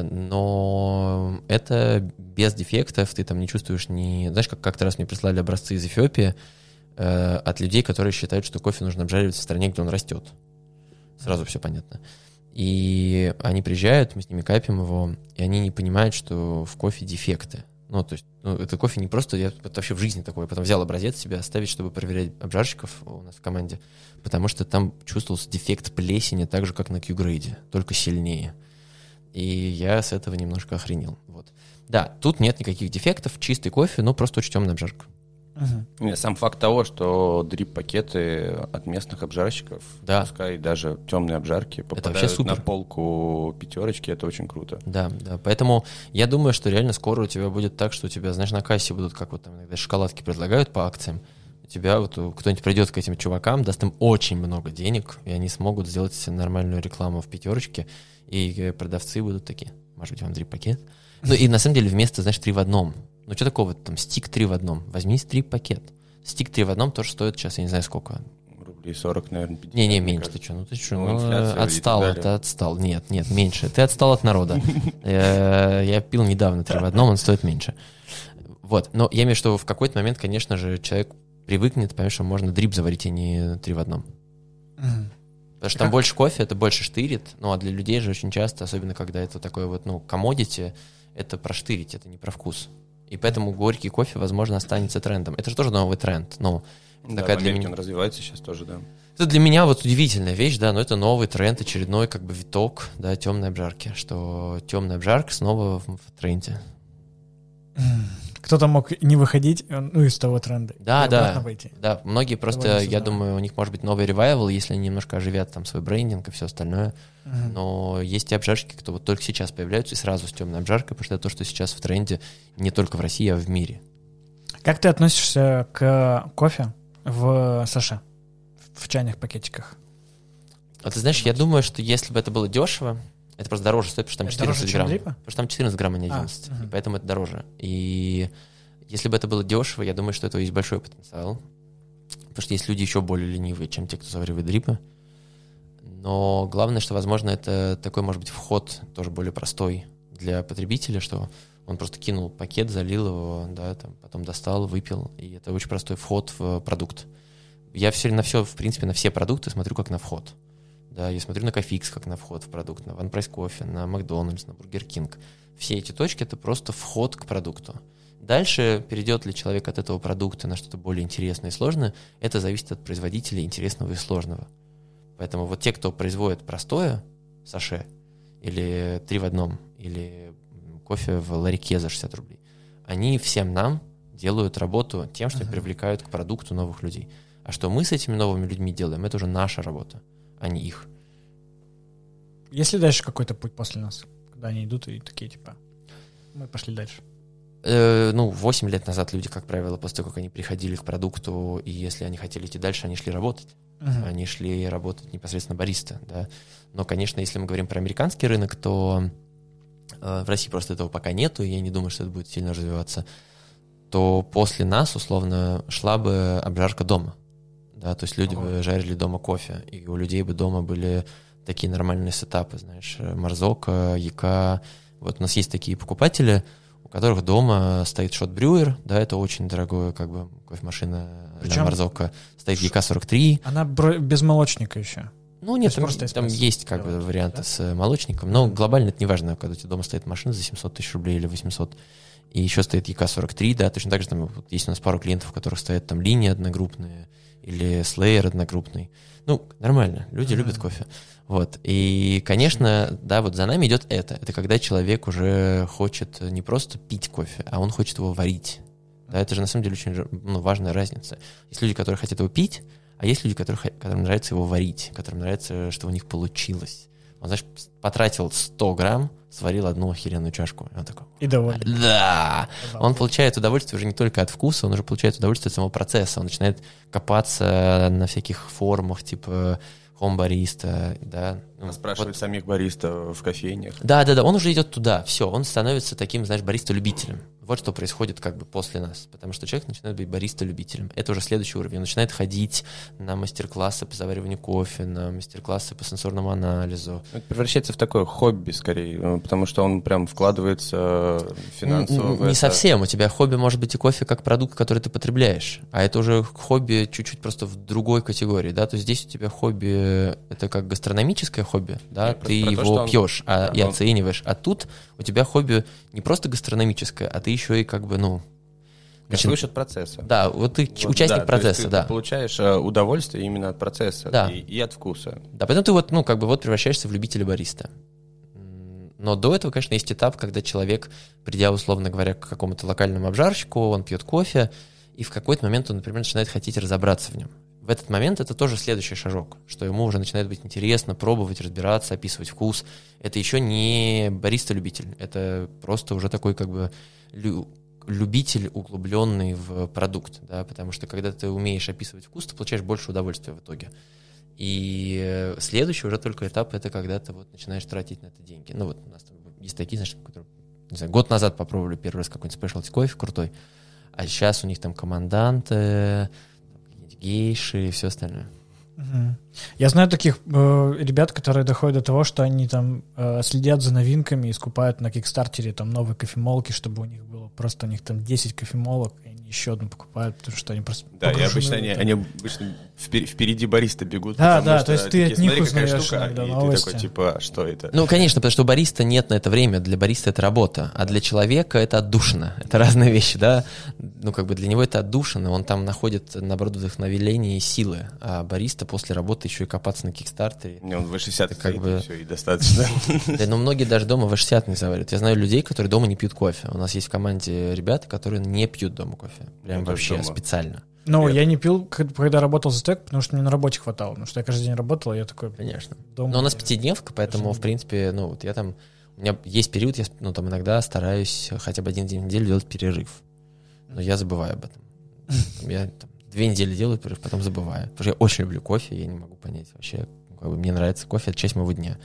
Но это без дефектов, ты там не чувствуешь ни... Знаешь, как как-то раз мне прислали образцы из Эфиопии э, от людей, которые считают, что кофе нужно обжаривать в стране, где он растет. Сразу все понятно. И они приезжают, мы с ними капим его, и они не понимают, что в кофе дефекты. Ну, то есть, ну, это кофе не просто, я это вообще в жизни такое, потом взял образец себе оставить, чтобы проверять обжарщиков у нас в команде, потому что там чувствовался дефект плесени так же, как на Q-грейде, только сильнее. И я с этого немножко охренел. Вот. Да, тут нет никаких дефектов, чистый кофе, но просто очень темная обжарка. Угу. Нет, сам факт того, что дрип-пакеты от местных обжарщиков, да. пускай даже темные обжарки, попадают на полку пятерочки, это очень круто. Да, да, поэтому я думаю, что реально скоро у тебя будет так, что у тебя, знаешь, на кассе будут, как вот там иногда шоколадки предлагают по акциям, у тебя вот кто-нибудь придет к этим чувакам, даст им очень много денег, и они смогут сделать нормальную рекламу в пятерочке, и продавцы будут такие, может быть, вам дрип-пакет? Ну и на самом деле вместо, знаешь, три в одном. Ну что такого, там, стик три в одном. Возьми стрип-пакет. Стик три в одном тоже стоит сейчас, я не знаю сколько. Рублей сорок, наверное, пятьдесят. Не-не, меньше, ты что? Ну ты что? Ну, ну отстал, ты отстал. Нет, нет, меньше. Ты отстал от народа. Я пил недавно три в одном, он стоит меньше. Вот, но я имею в виду, что в какой-то момент, конечно же, человек привыкнет, поймет, что можно дрип заварить, а не три в одном. Потому что там больше кофе, это больше штырит. Ну а для людей же очень часто, особенно когда это такое вот, ну, commodity, это про штырить, это не про вкус. И поэтому горький кофе, возможно, останется трендом. Это же тоже новый тренд. Ну, да, такая в Америке для меня... он развивается сейчас тоже, да. Это для меня вот удивительная вещь, да, но это новый тренд, очередной как бы виток, да, темной обжарки, что темная обжарка снова в, в тренде. Кто-то мог не выходить, ну, из того тренда. Да, да, да. Многие просто, я думаю, у них может быть новый ревайвал, если они немножко оживят там свой брендинг и все остальное. Uh-huh. Но есть и обжарщики, кто вот только сейчас появляются и сразу с темной обжаркой, потому что это то, что сейчас в тренде не только в России, а в мире. Как ты относишься к кофе в США, в чайных пакетиках? А ты знаешь, я думаю, что если бы это было дешево, это просто дороже стоит, потому что там это четырнадцать грамм. Потому что там четырнадцать грамм, а не одиннадцать. А, угу. И поэтому это дороже. И если бы это было дешево, я думаю, что этого есть большой потенциал. Потому что есть люди еще более ленивые, чем те, кто заваривает дрипы. Но главное, что, возможно, это такой, может быть, вход тоже более простой для потребителя, что он просто кинул пакет, залил его, да, там, потом достал, выпил. И это очень простой вход в продукт. Я все, на все, в принципе, на все продукты смотрю как на вход. Да, я смотрю на Кофикс как на вход в продукт, на OnePrice Coffee, на Макдональдс, на Бургер Кинг. Все эти точки — это просто вход к продукту. Дальше перейдет ли человек от этого продукта на что-то более интересное и сложное, это зависит от производителя интересного и сложного. Поэтому вот те, кто производит простое саше, или три в одном, или кофе в ларьке за шестьдесят рублей, они всем нам делают работу тем, что uh-huh. привлекают к продукту новых людей. А что мы с этими новыми людьми делаем, это уже наша работа, а не их. Есть ли дальше какой-то путь после нас, когда они идут и такие, типа, мы пошли дальше? Э, ну, восемь лет назад люди, как правило, после того, как они приходили к продукту, и если они хотели идти дальше, они шли работать. Uh-huh. Они шли работать непосредственно бариста, да. Но, конечно, если мы говорим про американский рынок, то э, в России просто этого пока нету, и я не думаю, что это будет сильно развиваться. То после нас, условно, шла бы обжарка дома. Да, то есть люди uh-huh. бы жарили дома кофе, и у людей бы дома были такие нормальные сетапы, знаешь, Марзока, Яка. Вот у нас есть такие покупатели, у которых дома стоит шот-брюер, да, это очень дорогая как бы кофемашина для Марзока, стоит Яка сорок три. Она бро- без молочника еще. Ну нет, там, там есть как бы варианты да? с молочником, но глобально это не важно, когда у тебя дома стоит машина за семьсот тысяч рублей или восемьсот, и еще стоит Яка сорок три, да, точно так же там вот, есть у нас пару клиентов, у которых стоят там линии одногруппные или слеер одногруппный. Ну, нормально, люди mm-hmm. любят кофе. Вот, и, конечно, да, вот за нами идет это. Это когда человек уже хочет не просто пить кофе, а он хочет его варить. Да, это же на самом деле очень ну, важная разница. Есть люди, которые хотят его пить, а есть люди, которых, которым нравится его варить, которым нравится, что у них получилось. Он, знаешь, потратил сто грамм, сварил одну охеренную чашку. И он такой... И доволен. Да! Он получает удовольствие уже не только от вкуса, он уже получает удовольствие от самого процесса. Он начинает копаться на всяких форумах, типа хом-бариста, да. А спрашивать вот. Самих бариста в кофейнях. Да-да-да, он уже идет туда, все, он становится таким, знаешь, бариста-любителем. Вот что происходит как бы после нас, потому что человек начинает быть бариста-любителем. Это уже следующий уровень. Он начинает ходить на мастер-классы по завариванию кофе, на мастер-классы по сенсорному анализу. Это превращается в такое хобби скорее, потому что он прям вкладывается финансово. Не, не совсем. У тебя хобби может быть и кофе как продукт, который ты потребляешь, а это уже хобби чуть-чуть просто в другой категории, да. То есть здесь у тебя хобби это как гастрономическое хобби, да, я ты его то, пьешь, он... а, да, и он... оцениваешь. А тут у тебя хобби не просто гастрономическое, а ты еще еще и как бы, ну... Кайфуешь от процесса. Да, вот ты вот, участник да, процесса, ты, да. Ты получаешь э, удовольствие именно от процесса да. и, и от вкуса. Да, поэтому ты вот, ну, как бы вот превращаешься в любителя бариста. Но до этого, конечно, есть этап, когда человек, придя, условно говоря, к какому-то локальному обжарщику, он пьет кофе, и в какой-то момент он, например, начинает хотеть разобраться в нем. В этот момент это тоже следующий шажок, что ему уже начинает быть интересно пробовать, разбираться, описывать вкус. Это еще не бариста-любитель, это просто уже такой как бы лю- любитель, углубленный в продукт, да, потому что когда ты умеешь описывать вкус, ты получаешь больше удовольствия в итоге. И следующий уже только этап — это когда ты вот начинаешь тратить на это деньги. Ну вот у нас там есть такие, знаешь, которые, не знаю, год назад попробовали первый раз какой-нибудь спешлти кофе крутой, а сейчас у них там команданты, гейши и все остальное. Угу. Я знаю таких э, ребят, которые доходят до того, что они там э, следят за новинками и скупают на Кикстартере там новые кофемолки, чтобы у них было просто у них там десять кофемолок, и они еще одну покупают, потому что они просто да, и обычно они, они обычно впереди бариста бегут. Да, да, то есть ты такие, от них смотри, узнаешь штука, иногда и новости. ты такой, типа, что это? Ну, конечно, потому что у бариста нет на это время, для бариста это работа, а для человека это отдушина, это разные вещи, да, ну, как бы для него это отдушина, он там находит, наоборот, вдохновение и силы, а бариста после работы еще и копаться на Кикстартере. Не, он в шестьдесят как бы... и все, и достаточно. Да, но многие даже дома в шестьдесят не заваривают. Я знаю людей, которые дома не пьют кофе. У нас есть в команде ребята, которые не пьют дома кофе. Прям вообще специально. Ну, я не пил, когда работал за стек, потому что мне на работе хватало. Потому что я каждый день работал, и я такой... Конечно. Но у нас пятидневка, поэтому, в принципе, ну, вот я там... У меня есть период, я, ну, там иногда стараюсь хотя бы один день в неделю делать перерыв. Но я забываю об этом. Я там две недели делаю перерыв, потом забываю. Потому что я очень люблю кофе, я не могу понять вообще... Как бы мне нравится кофе, это часть моего дня.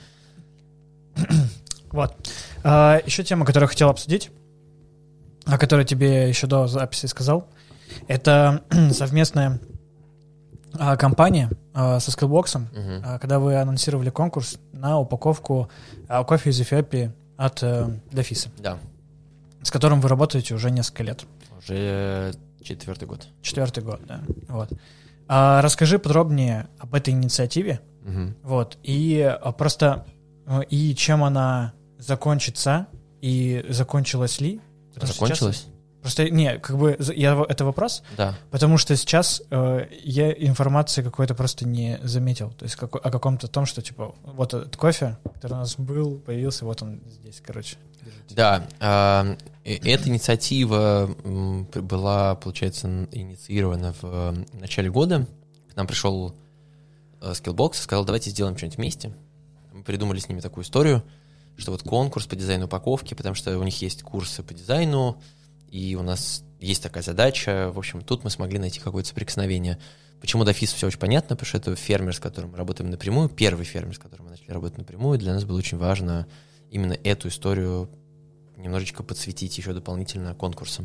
Вот. А, еще тема, которую я хотел обсудить, о которой тебе еще до записи сказал, это совместная а, кампания а, со Skillbox, Uh-huh. а, когда вы анонсировали конкурс на упаковку а, кофе из Эфиопии от а, Дофиса, Да. с которым вы работаете уже несколько лет. Уже четвертый год. Четвертый год, да. Вот. А, расскажи подробнее об этой инициативе. Угу. Вот, и а, просто, и чем она закончится, и закончилась ли? Потому Закончилась? Сейчас, просто, не, как бы, я, это вопрос, да. Потому что сейчас э, я информации какой-то просто не заметил, то есть как, о каком-то том, что, типа, вот этот кофе, который у нас был, появился, вот он здесь, короче. Держите. Да, э, эта инициатива была, получается, инициирована в начале года. К нам пришел Skillbox и сказал, давайте сделаем что-нибудь вместе. Мы придумали с ними такую историю, что вот конкурс по дизайну упаковки, потому что у них есть курсы по дизайну, и у нас есть такая задача. В общем, тут мы смогли найти какое-то соприкосновение. Почему Дофис, все очень понятно, потому что это фермер, с которым мы работаем напрямую, первый фермер, с которым мы начали работать напрямую. Для нас было очень важно именно эту историю немножечко подсветить еще дополнительно конкурсом.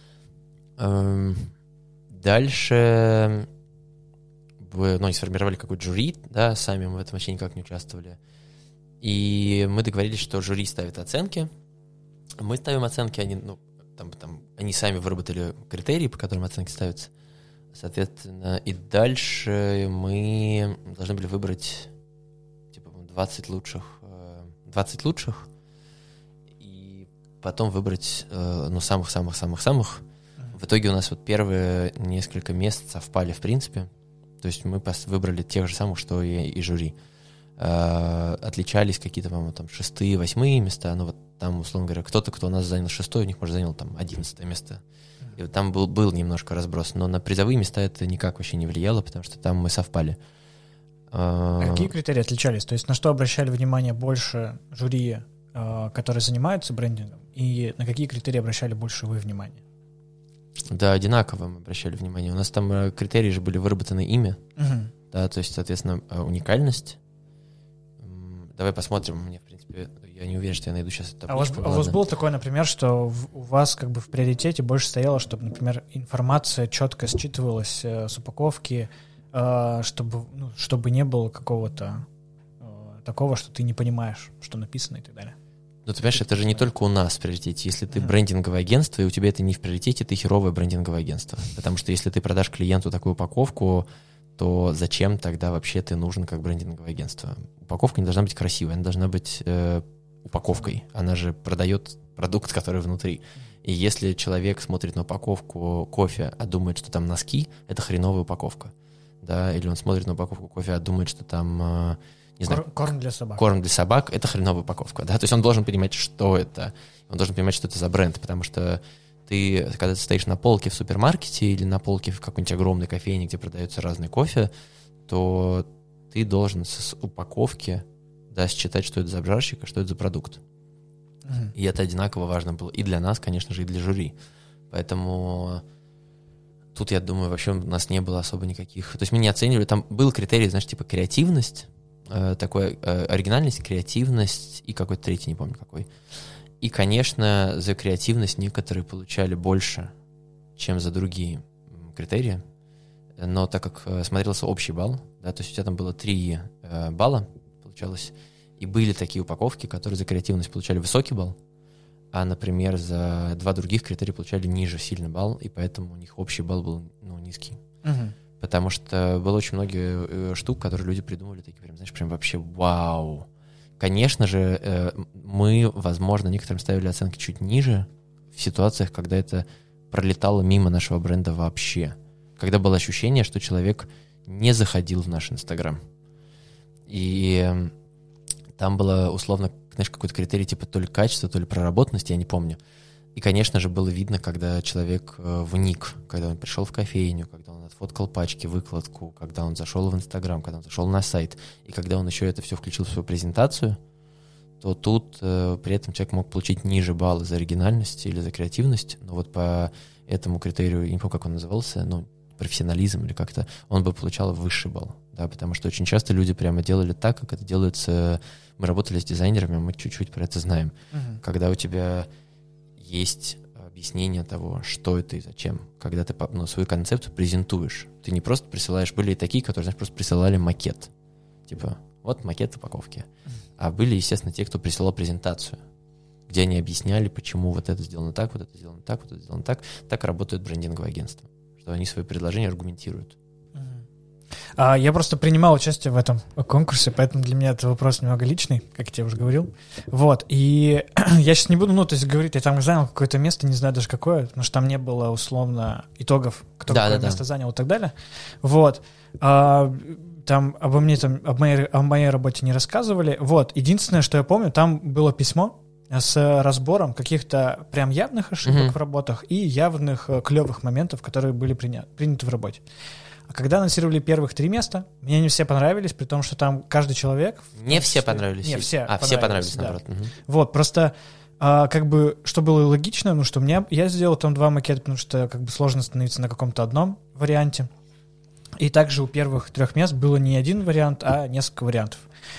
Дальше... ну, они сформировали какое-то жюри, да, сами мы в этом вообще никак не участвовали. И мы договорились, что жюри ставит оценки. Мы ставим оценки, они, ну, там, там, они сами выработали критерии, по которым оценки ставятся. Соответственно, и дальше мы должны были выбрать типа двадцать лучших, двадцать лучших, и потом выбрать, ну, самых-самых-самых-самых. В итоге у нас вот первые несколько мест совпали в принципе. То есть мы выбрали тех же самых, что и, и жюри. Э, отличались какие-то, по-моему, там шестые, восьмые места. Ну вот там, условно говоря, кто-то, кто у нас занял шестое, у них, может, занял там одиннадцатое место. И вот там был, был немножко разброс. Но на призовые места это никак вообще не влияло, потому что там мы совпали. А какие критерии отличались? То есть на что обращали внимание больше жюри, э, которые занимаются брендингом, и на какие критерии обращали больше вы внимание? Да, одинаково мы обращали внимание. У нас там критерии же были выработаны ими. Uh-huh. Да, то есть, соответственно, уникальность. Давай посмотрим. Мне, в принципе, я не уверен, что я найду сейчас эту табличку. А у вас, а у вас было такое, например, что в, у вас как бы в приоритете больше стояло, чтобы, например, информация четко считывалась э, с упаковки, э, чтобы, ну, чтобы не было какого-то э, такого, что ты не понимаешь, что написано и так далее? Ну, ты понимаешь, это же не только у нас в приоритете. Если ты Mm-hmm. брендинговое агентство, и у тебя это не в приоритете, ты херовое брендинговое агентство. Потому что если ты продашь клиенту такую упаковку, то зачем тогда вообще ты нужен как брендинговое агентство? Упаковка не должна быть красивой, она должна быть э, упаковкой. Она же продает продукт, который внутри. И если человек смотрит на упаковку кофе, а думает, что там носки, это хреновая упаковка. Да? Или он смотрит на упаковку кофе, а думает, что там, не знаю, Кор- корм для собак. Корм для собак — это хреновая упаковка. Да? То есть он должен понимать, что это. Он должен понимать, что это за бренд, потому что ты, когда ты стоишь на полке в супермаркете или на полке в какой-нибудь огромной кофейне, где продается разный кофе, то ты должен с упаковки, да, считать, что это за обжарщик, а что это за продукт. Uh-huh. И это одинаково важно было и для нас, конечно же, и для жюри. Поэтому тут, я думаю, вообще у нас не было особо никаких... То есть мы не оценивали... Там был критерий, знаешь, типа креативность, э, такой э, оригинальность, креативность и какой-то третий, не помню какой. И, конечно, за креативность некоторые получали больше, чем за другие критерии. Но так как э, смотрелся общий балл, да, то есть у тебя там было три э, балла, получалось... И были такие упаковки, которые за креативность получали высокий балл, а, например, за два других критерия получали ниже сильный балл, и поэтому у них общий балл был, ну, низкий. Uh-huh. Потому что было очень много э, штук, которые люди придумали, такие прям, знаешь, прям вообще вау. Конечно же, э, мы, возможно, некоторым ставили оценки чуть ниже в ситуациях, когда это пролетало мимо нашего бренда вообще. Когда было ощущение, что человек не заходил в наш Инстаграм. И... Там было, условно, знаешь, какой-то критерий типа то ли качества, то ли проработанности, я не помню. И, конечно же, было видно, когда человек э, вник, когда он пришел в кофейню, когда он отфоткал пачки, выкладку, когда он зашел в Инстаграм, когда он зашел на сайт, и когда он еще это все включил в свою презентацию, то тут э, при этом человек мог получить ниже балла за оригинальность или за креативность, но вот по этому критерию, я не помню, как он назывался, ну, профессионализм или как-то, он бы получал высший балл, да, потому что очень часто люди прямо делали так, как это делается. Мы работали с дизайнерами, мы чуть-чуть про это знаем. Uh-huh. Когда у тебя есть объяснение того, что это и зачем, когда ты, ну, свою концепцию презентуешь, ты не просто присылаешь, были и такие, которые, знаешь, просто присылали макет, типа, вот макет упаковки, uh-huh. а были, естественно, те, кто присылал презентацию, где они объясняли, почему вот это сделано так, вот это сделано так, вот это сделано так. Так работают брендинговые агентства, что они свои предложения аргументируют. А, я просто принимал участие в этом конкурсе, поэтому для меня этот вопрос немного личный, как я тебе уже говорил. Вот, и я сейчас не буду, ну, то есть говорить, я там занял какое-то место, не знаю даже какое, потому что там не было, условно, итогов, кто да, какое да, место да. занял и так далее. Вот. А, там обо мне, там, об моей, о моей работе не рассказывали. Вот, единственное, что я помню, там было письмо с разбором каких-то прям явных ошибок mm-hmm. в работах и явных клевых моментов, которые были приня- приняты в работе. А когда анонсировали первых три места, мне не все понравились, при том, что там каждый человек... Не все числе, понравились? Не, все А, понравились, все понравились, да. наоборот. Угу. Вот, просто а, как бы, что было логично, ну, что мне, я сделал там два макета, потому что как бы сложно остановиться на каком-то одном варианте. И также у первых трех мест было не один вариант, а несколько вариантов.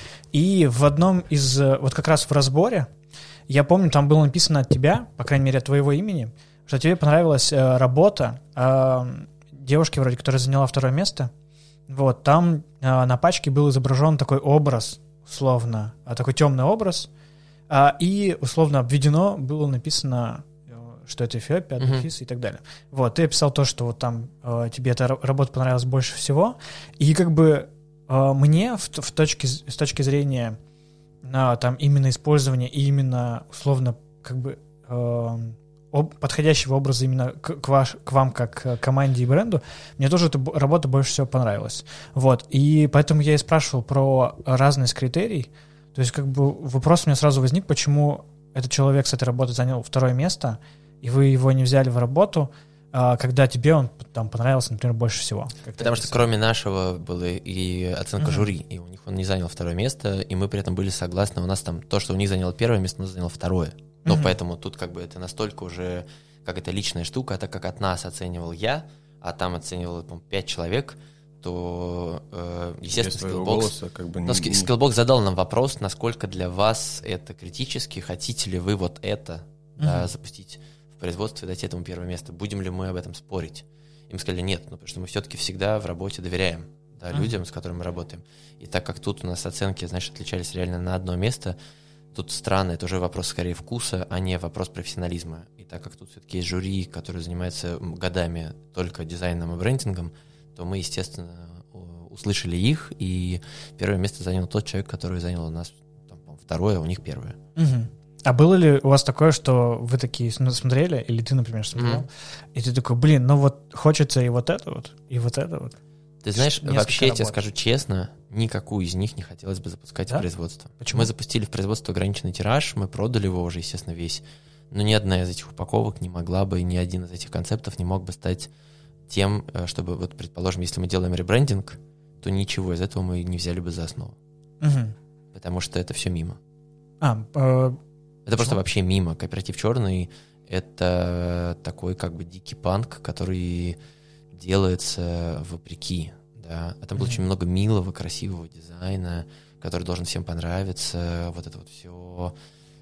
И в одном из... Вот как раз в разборе, я помню, там было написано от тебя, по крайней мере, от твоего имени, что тебе понравилась э, работа... Э, девушки, вроде, которая заняла второе место, вот, там э, на пачке был изображен такой образ, условно, э, такой темный образ, э, и, условно, обведено, было написано, э, что это Эфиопия, Адельфис uh-huh. и так далее. Вот, ты описал то, что вот там э, тебе эта работа понравилась больше всего, и как бы э, мне в, в точке, с точки зрения э, там именно использования и именно, условно, как бы... Э, подходящего образа именно к, к, ваш, к вам как к команде и бренду, мне тоже эта работа больше всего понравилась. Вот. И поэтому я и спрашивал про разность критерий. То есть как бы вопрос у меня сразу возник, почему этот человек с этой работы занял второе место, и вы его не взяли в работу, когда тебе он там понравился, например, больше всего. Потому что кроме нашего была и оценка uh-huh. жюри, и у них он не занял второе место, и мы при этом были согласны, у нас там то, что у них заняло первое место, у нас заняло второе. Но uh-huh. поэтому тут как бы это настолько уже, как это личная штука, а так как от нас оценивал я, а там оценивал, по-моему, пять человек, то, э, естественно, Skillbox... Как бы не... Но Skillbox задал нам вопрос, насколько для вас это критически, хотите ли вы вот это uh-huh. да, запустить в производстве, дать этому первое место, будем ли мы об этом спорить. Им сказали нет, ну, потому что мы все-таки всегда в работе доверяем да, uh-huh. людям, с которыми мы работаем. И так как тут у нас оценки, знаешь, отличались реально на одно место, тут странно, это уже вопрос скорее вкуса, а не вопрос профессионализма. И так как тут все-таки есть жюри, которое занимается годами только дизайном и брендингом, то мы, естественно, услышали их, и первое место занял тот человек, который занял у нас там, второе, а у них первое. Угу. А было ли у вас такое, что вы такие смотрели, или ты, например, смотрел, mm-hmm. и ты такой, блин, ну вот хочется и вот это вот, и вот это вот? Ты знаешь, Несколько вообще, я тебе работ. скажу честно, никакую из них не хотелось бы запускать Да? в производство. Почему? Мы запустили в производство ограниченный тираж, мы продали его уже, естественно, весь. Но ни одна из этих упаковок не могла бы, и ни один из этих концептов не мог бы стать тем, чтобы, вот, предположим, если мы делаем ребрендинг, то ничего из этого мы не взяли бы за основу. Угу. Потому что это все мимо. А, э, это почему? Просто вообще мимо. Кооператив «Черный» — это такой как бы дикий панк, который делается вопреки. Да? А там было mm-hmm. очень много милого, красивого дизайна, который должен всем понравиться, вот это вот все.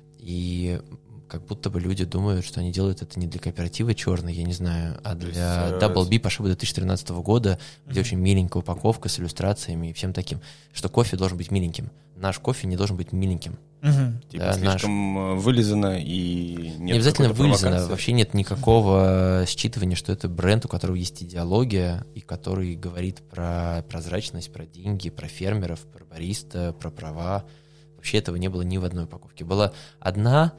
И как будто бы люди думают, что они делают это не для кооператива «Черный», я не знаю, а для есть, Double B по шибу две тысячи тринадцатого года, mm-hmm. где очень миленькая упаковка с иллюстрациями и всем таким, что кофе должен быть миленьким. Наш кофе не должен быть миленьким. Угу. Типа да, слишком наш... вылизано и нет не обязательно вылизано, вообще нет никакого считывания, что это бренд, у которого есть идеология, и который говорит про прозрачность, про деньги, про фермеров, про бариста, про права. Вообще этого не было ни в одной упаковке. Была одна,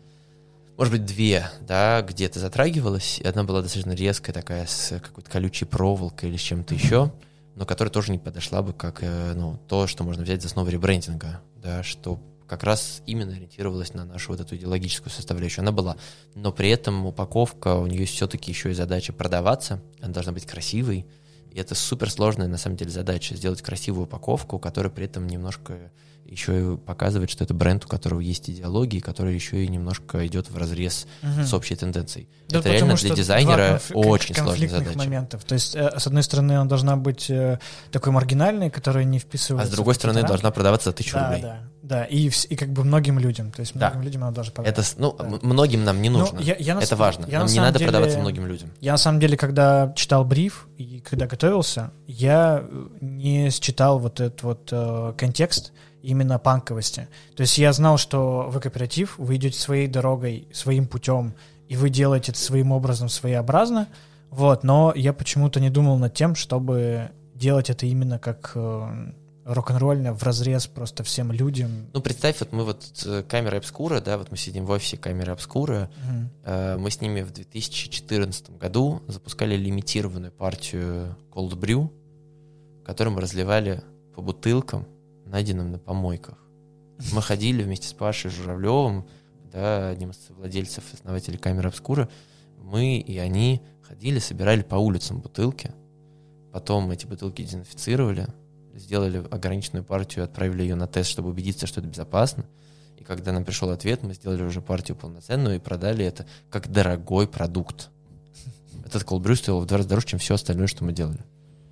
может быть, две, да, где-то затрагивалась, и одна была достаточно резкая такая, с какой-то колючей проволокой или с чем-то еще, но которая тоже не подошла бы как ну, то, что можно взять за основу ребрендинга, да, что как раз именно ориентировалась на нашу вот эту идеологическую составляющую. Она была, но при этом упаковка, у нее есть все-таки еще и задача продаваться, она должна быть красивой, и это суперсложная на самом деле задача, сделать красивую упаковку, которая при этом немножко еще и показывает, что это бренд, у которого есть идеология, который еще и немножко идет вразрез угу. с общей тенденцией. Да, это реально для дизайнера конф... очень сложная задача. Моментов. То есть, с одной стороны, она должна быть такой маргинальной, которая не вписывается. А с другой стороны, должна продаваться за тысячу да, рублей. Да, да, и, и как бы многим людям. То есть, многим да. людям она должна продаваться. Это, ну, да. многим нам не нужно. Ну, я, я это на, важно. Я нам не надо деле, продаваться многим людям. Я, на самом деле, когда читал бриф и когда готовился, я не считал вот этот вот э, контекст именно панковости. То есть я знал, что вы кооператив, вы идете своей дорогой, своим путем, и вы делаете это своим образом, своеобразно, вот, но я почему-то не думал над тем, чтобы делать это именно как э, рок-н-ролльно, вразрез просто всем людям. Ну, представь, вот мы вот камера Obscura, да, вот мы сидим в офисе камеры Obscura, uh-huh. э, мы с ними в две тысячи четырнадцатом году запускали лимитированную партию Cold Brew, которую мы разливали по бутылкам, найденным на помойках. Мы ходили вместе с Пашей Журавлевым, да, одним из владельцев, основателей камеры Obscura, мы и они ходили, собирали по улицам бутылки, потом эти бутылки дезинфицировали, сделали ограниченную партию, отправили ее на тест, чтобы убедиться, что это безопасно, и когда нам пришел ответ, мы сделали уже партию полноценную и продали это как дорогой продукт. Этот Cold Brew стоил в два раза дороже, чем все остальное, что мы делали.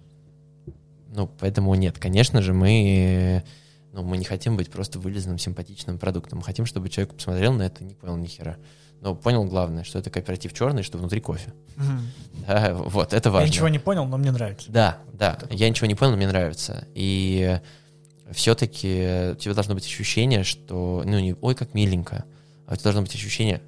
Ну, поэтому нет, конечно же, мы, ну, мы не хотим быть просто вылизанным, симпатичным продуктом. Мы хотим, чтобы человек посмотрел на это и не понял ни хера. Но понял главное, что это кооператив «Черный», что внутри кофе. Mm-hmm. Да, вот, это важно. Я ничего не понял, но мне нравится. Да, да, это я ничего не понял, но мне нравится. И все-таки у тебя должно быть ощущение, что, ну, не ой, как миленько, а у тебя должно быть ощущение,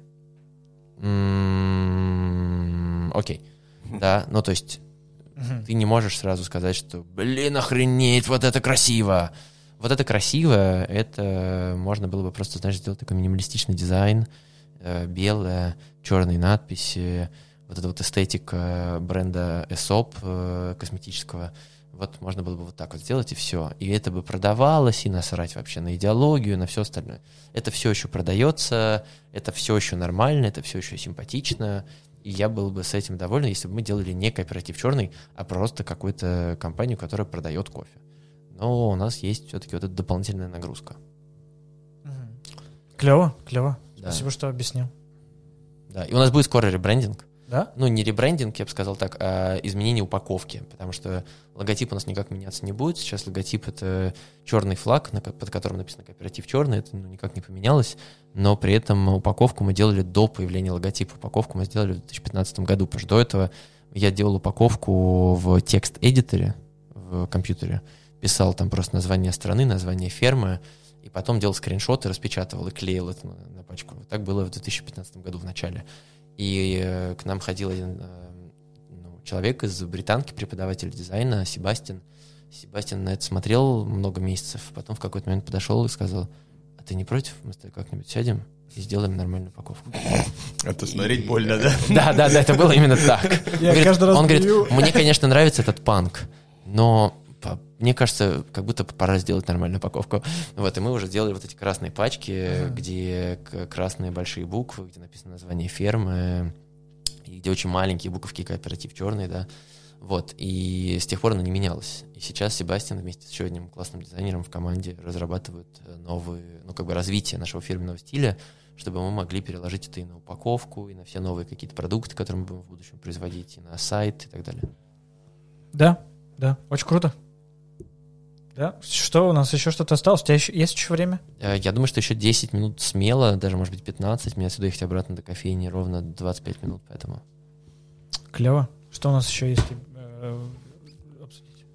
м-м-м, окей, да, ну, то есть Uh-huh. ты не можешь сразу сказать, что, блин, охренеть, вот это красиво. Вот это красиво, это можно было бы просто, знаешь, сделать такой минималистичный дизайн, э, белое, черные надписи, вот эта вот эстетика бренда Aesop э, косметического. Вот можно было бы вот так вот сделать, и все. И это бы продавалось, и насрать вообще на идеологию, на все остальное. Это все еще продается, это все еще нормально, это все еще симпатично. И я был бы с этим доволен, если бы мы делали не кооператив «Черный», а просто какую-то компанию, которая продает кофе. Но у нас есть все-таки вот эта дополнительная нагрузка. Клево, клево. Да. Спасибо, что объяснил. Да, и у нас будет скоро ребрендинг. Да? Ну, не ребрендинг, я бы сказал так, а изменение упаковки, потому что логотип у нас никак меняться не будет. Сейчас логотип — это черный флаг, под которым написано «Кооператив «Черный», это ну, никак не поменялось, но при этом упаковку мы делали до появления логотипа. Упаковку мы сделали в две тысячи пятнадцатом году, потому что до этого я делал упаковку в текст-эдиторе в компьютере, писал там просто название страны, название фермы, и потом делал скриншоты, распечатывал и клеил это на, на пачку. Вот так было в две тысячи пятнадцатом году в начале. И э, к нам ходил один э, ну, человек из британки, преподаватель дизайна, Себастьян. Себастьян на это смотрел много месяцев, потом в какой-то момент подошел и сказал: а а ты не против? Мы с тобой как-нибудь сядем и сделаем нормальную упаковку. Это смотреть больно, да? Да, да, да, это было именно так. Он говорит, мне, конечно, нравится этот панк, но мне кажется, как будто пора сделать нормальную упаковку. Вот, и мы уже сделали вот эти красные пачки, uh-huh. где красные большие буквы, где написано название фермы, и где очень маленькие буковки кооператив черный, да. Вот, и с тех пор она не менялась. И сейчас Себастьян вместе с еще одним классным дизайнером в команде разрабатывают новые, ну, как бы развитие нашего фирменного стиля, чтобы мы могли переложить это и на упаковку, и на все новые какие-то продукты, которые мы будем в будущем производить, и на сайт, и так далее. Да, да, очень круто. Да? Что, у нас еще что-то осталось? У тебя еще, есть еще время? Я думаю, что еще десять минут смело, даже, может быть, пятнадцать. Мне отсюда ехать обратно до кофейни ровно двадцать пять минут, поэтому... Клево. Что у нас еще есть э, обсудить?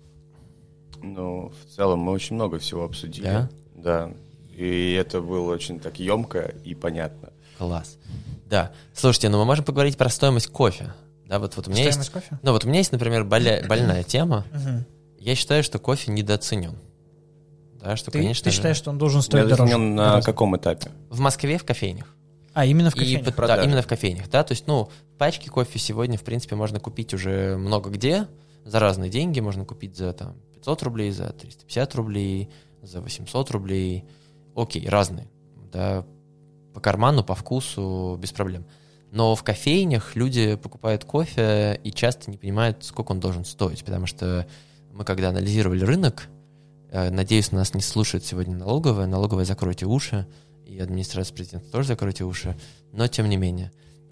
Ну, в целом мы очень много всего обсудили. Да? Да. И это было очень так емко и понятно. Класс. Да. Слушайте, ну мы можем поговорить про стоимость кофе. Да, вот, вот у меня стоимость есть... кофе? Ну вот у меня есть, например, боля... больная тема. Угу. Я считаю, что кофе недооценен. Да, что, ты, конечно ты же... считаешь, что он должен стоить дороже? Недооценен на дороже. каком этапе? В Москве в кофейнях. А, именно в кофейнях? И, да, именно в кофейнях, да, то есть, ну, пачки кофе сегодня, в принципе, можно купить уже много где, за разные деньги, можно купить за, там, пятьсот рублей, за триста пятьдесят рублей, за восемьсот рублей, окей, разные, да, по карману, по вкусу, без проблем. Но в кофейнях люди покупают кофе и часто не понимают, сколько он должен стоить, потому что мы, когда анализировали рынок, надеюсь, нас не слушает сегодня налоговая, налоговая, закройте уши, и администрация президента тоже закройте уши, но тем не менее.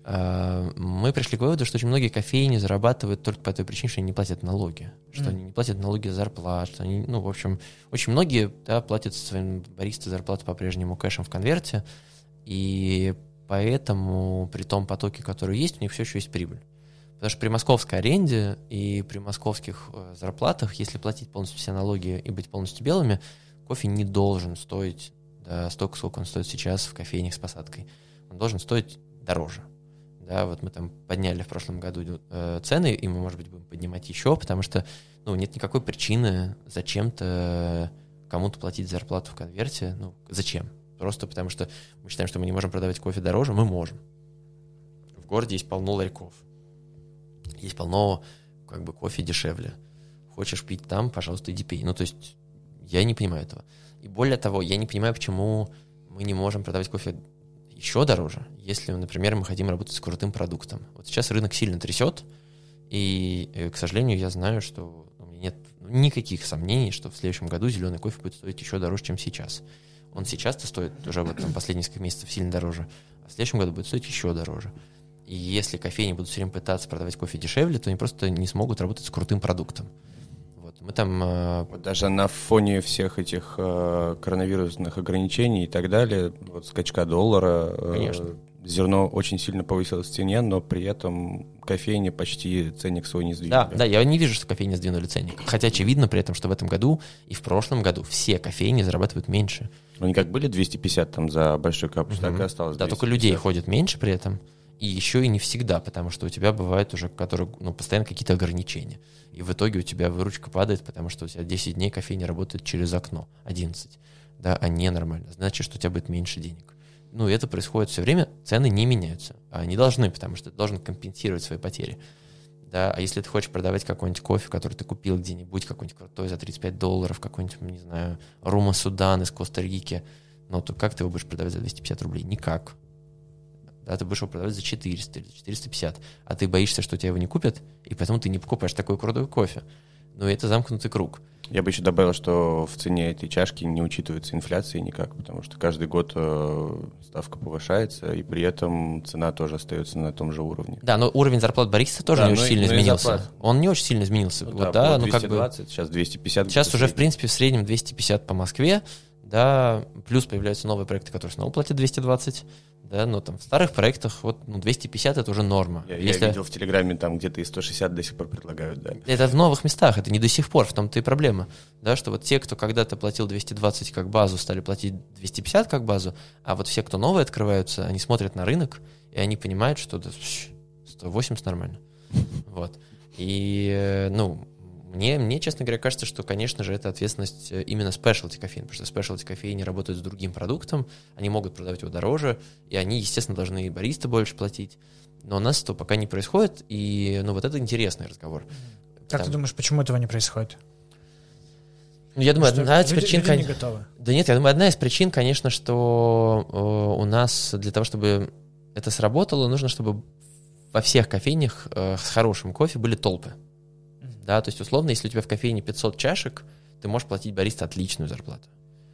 Мы пришли к выводу, что очень многие кофейни зарабатывают только по той причине, что они не платят налоги, что mm. они не платят налоги за зарплату, что они, ну, в общем, очень многие, да, платят своим баристам зарплату по-прежнему кэшем в конверте, и поэтому при том потоке, который есть, у них все еще есть прибыль. Потому что при московской аренде и при московских зарплатах, если платить полностью все налоги и быть полностью белыми, кофе не должен стоить, да, столько, сколько он стоит сейчас в кофейнях с посадкой. Он должен стоить дороже. Да, вот мы там подняли в прошлом году э, цены, и мы, может быть, будем поднимать еще, потому что, ну, нет никакой причины зачем-то кому-то платить зарплату в конверте. Ну, зачем? Просто потому что мы считаем, что мы не можем продавать кофе дороже, мы можем. В городе есть полно ларьков. Есть полно, как бы, кофе дешевле. Хочешь пить там, пожалуйста, иди пей. Ну, то есть, я не понимаю этого. И более того, я не понимаю, почему мы не можем продавать кофе еще дороже, если, например, мы хотим работать с крутым продуктом. Вот сейчас рынок сильно трясет, и, к сожалению, я знаю, что у меня нет никаких сомнений, что в следующем году зеленый кофе будет стоить еще дороже, чем сейчас. Он сейчас-то стоит уже вот там последние несколько месяцев сильно дороже, а в следующем году будет стоить еще дороже. И если кофейни будут все время пытаться продавать кофе дешевле, то они просто не смогут работать с крутым продуктом. Вот. Мы там... Э... Даже на фоне всех этих э, коронавирусных ограничений и так далее, вот скачка доллара, э, зерно очень сильно повысилось в цене, но при этом кофейни почти ценник свой не сдвинули. Да, да, я не вижу, что кофейни сдвинули ценник. Хотя очевидно при этом, что в этом году и в прошлом году все кофейни зарабатывают меньше. Они как были двести пятьдесят там за большой капуч, угу. так и осталось. Да, только людей ходит меньше при этом. И еще и не всегда, потому что у тебя бывают уже, которые, ну, постоянно какие-то ограничения. И в итоге у тебя выручка падает, потому что у тебя десять дней кофейня работает через окно, одиннадцать. Да, а не нормально. Значит, что у тебя будет меньше денег. Ну, и это происходит все время, цены не меняются. А они должны, потому что ты должен компенсировать свои потери. Да, а если ты хочешь продавать какой-нибудь кофе, который ты купил где-нибудь, какой-нибудь крутой за тридцать пять долларов, какой-нибудь, не знаю, Рума Судан из Коста-Рики, ну, то как ты его будешь продавать за двести пятьдесят рублей? Никак. Да, ты будешь его продавать за четыреста или четыреста пятьдесят, а ты боишься, что тебя его не купят, и поэтому ты не покупаешь такой крутой кофе. Ну, это замкнутый круг. Я бы еще добавил, что в цене этой чашки не учитывается инфляция никак, потому что каждый год э, ставка повышается, и при этом цена тоже остается на том же уровне. Да, но уровень зарплат бариста тоже да, не очень но, сильно но изменился. Он не очень сильно изменился. Ну, вот, да, да, ну, двести двадцать, как бы, сейчас двести пятьдесят. Сейчас уже, в принципе, в среднем двести пятьдесят по Москве, да, плюс появляются новые проекты, которые снова платят двести двадцать. Да, но там в старых проектах вот, ну, двести пятьдесят это уже норма. Я, Если... я видел в Телеграме, там где-то и сто шестьдесят до сих пор предлагают, да. Это в новых местах, это не до сих пор, в том-то и проблема. Да, что вот те, кто когда-то платил двести двадцать как базу, стали платить двести пятьдесят как базу, а вот все, кто новые открываются, они смотрят на рынок, и они понимают, что да, сто восемьдесят нормально. Вот. И, ну, мне, мне, честно говоря, кажется, что, конечно же, это ответственность именно спешлти кофеин, потому что спешлти кофеин работают с другим продуктом, они могут продавать его дороже, и они, естественно, должны и бариста больше платить. Но у нас этого пока не происходит, и, ну, вот это интересный разговор. Как Там... ты думаешь, почему этого не происходит? Ну, я думаю, что одна из люди, причин... Люди не готовы. Да нет, я думаю, одна из причин, конечно, что э, у нас для того, чтобы это сработало, нужно, чтобы во всех кофейнях э, с хорошим кофе были толпы. Mm-hmm. Да, то есть, условно, если у тебя в кофейне пятьсот чашек, ты можешь платить бариста отличную зарплату.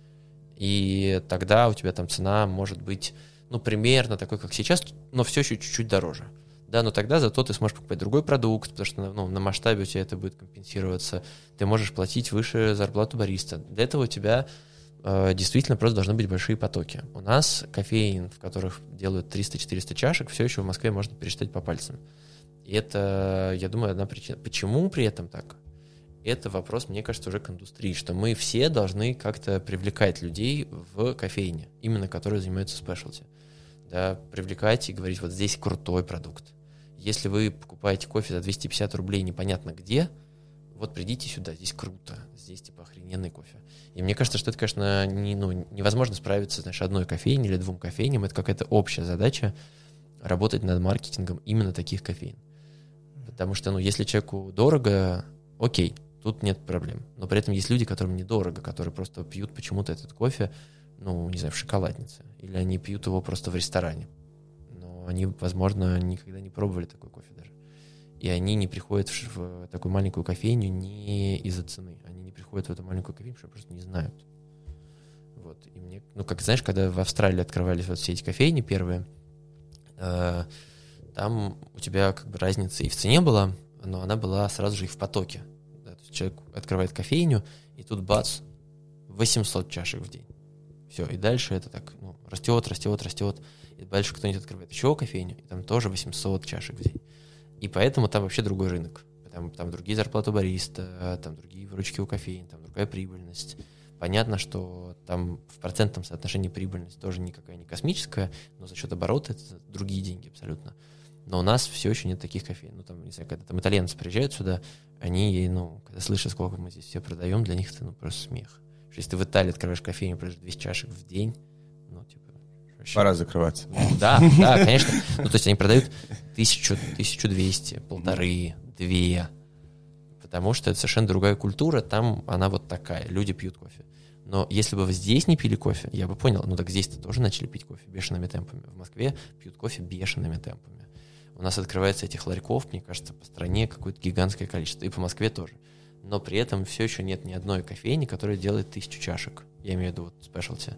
И тогда у тебя там цена может быть, ну, примерно такой, как сейчас, но все еще чуть-чуть дороже. Да, но тогда зато ты сможешь покупать другой продукт, потому что, ну, на масштабе у тебя это будет компенсироваться. Ты можешь платить выше зарплату бариста. Для этого у тебя э, действительно просто должны быть большие потоки. У нас кофеин, в которых делают триста-четыреста чашек, все еще в Москве можно пересчитать по пальцам. И это, я думаю, одна причина. Почему при этом так? Это вопрос, мне кажется, уже к индустрии, что мы все должны как-то привлекать людей в кофейне, именно которые занимаются спешлти. Да, привлекать и говорить, вот здесь крутой продукт. Если вы покупаете кофе за двести пятьдесят рублей непонятно где, вот придите сюда, здесь круто, здесь типа охрененный кофе. И мне кажется, что это, конечно, не, ну, невозможно справиться, знаешь, одной кофейней или двум кофейням. Это какая-то общая задача работать над маркетингом именно таких кофеин. Потому что, ну, если человеку дорого, окей, тут нет проблем. Но при этом есть люди, которым недорого, которые просто пьют почему-то этот кофе, ну, не знаю, в шоколаднице. Или они пьют его просто в ресторане. Они, возможно, никогда не пробовали такой кофе даже. И они не приходят в, в такую маленькую кофейню не из-за цены. Они не приходят в эту маленькую кофейню, потому что просто не знают. Вот. И мне, ну, как знаешь, когда в Австралии открывались вот все эти кофейни первые, э, там у тебя как бы разница и в цене была, но она была сразу же и в потоке. Да? То есть человек открывает кофейню, и тут бац, восемьсот чашек в день. Все, и дальше это так, ну, растет, растет, растет. И дальше кто-нибудь открывает еще кофейню, и там тоже восемьсот чашек в день. И поэтому там вообще другой рынок. Там, там другие зарплаты бариста, там другие выручки у кофеин, там другая прибыльность. Понятно, что там в процентном соотношении прибыльность тоже никакая не космическая, но за счет оборота это другие деньги абсолютно. Но у нас все еще нет таких кофеин. Ну, там, не знаю, когда там итальянцы приезжают сюда, они, ну, когда слышат, сколько мы здесь все продаем, для них это, ну, просто смех. Что если ты в Италии открываешь кофейню, продаешь двести чашек в день, ну, типа... Вообще... Пора закрываться. Да, да, конечно. Ну, то есть они продают тысячу, тысячу двести, полторы, две. Потому что это совершенно другая культура, там она вот такая, люди пьют кофе. Но если бы вы здесь не пили кофе, я бы понял, ну так здесь-то тоже начали пить кофе бешеными темпами. В Москве пьют кофе бешеными темпами. У нас открывается этих ларьков, мне кажется, по стране какое-то гигантское количество, и по Москве тоже. Но при этом все еще нет ни одной кофейни, которая делает тысячу чашек. Я имею в виду вот спешлти.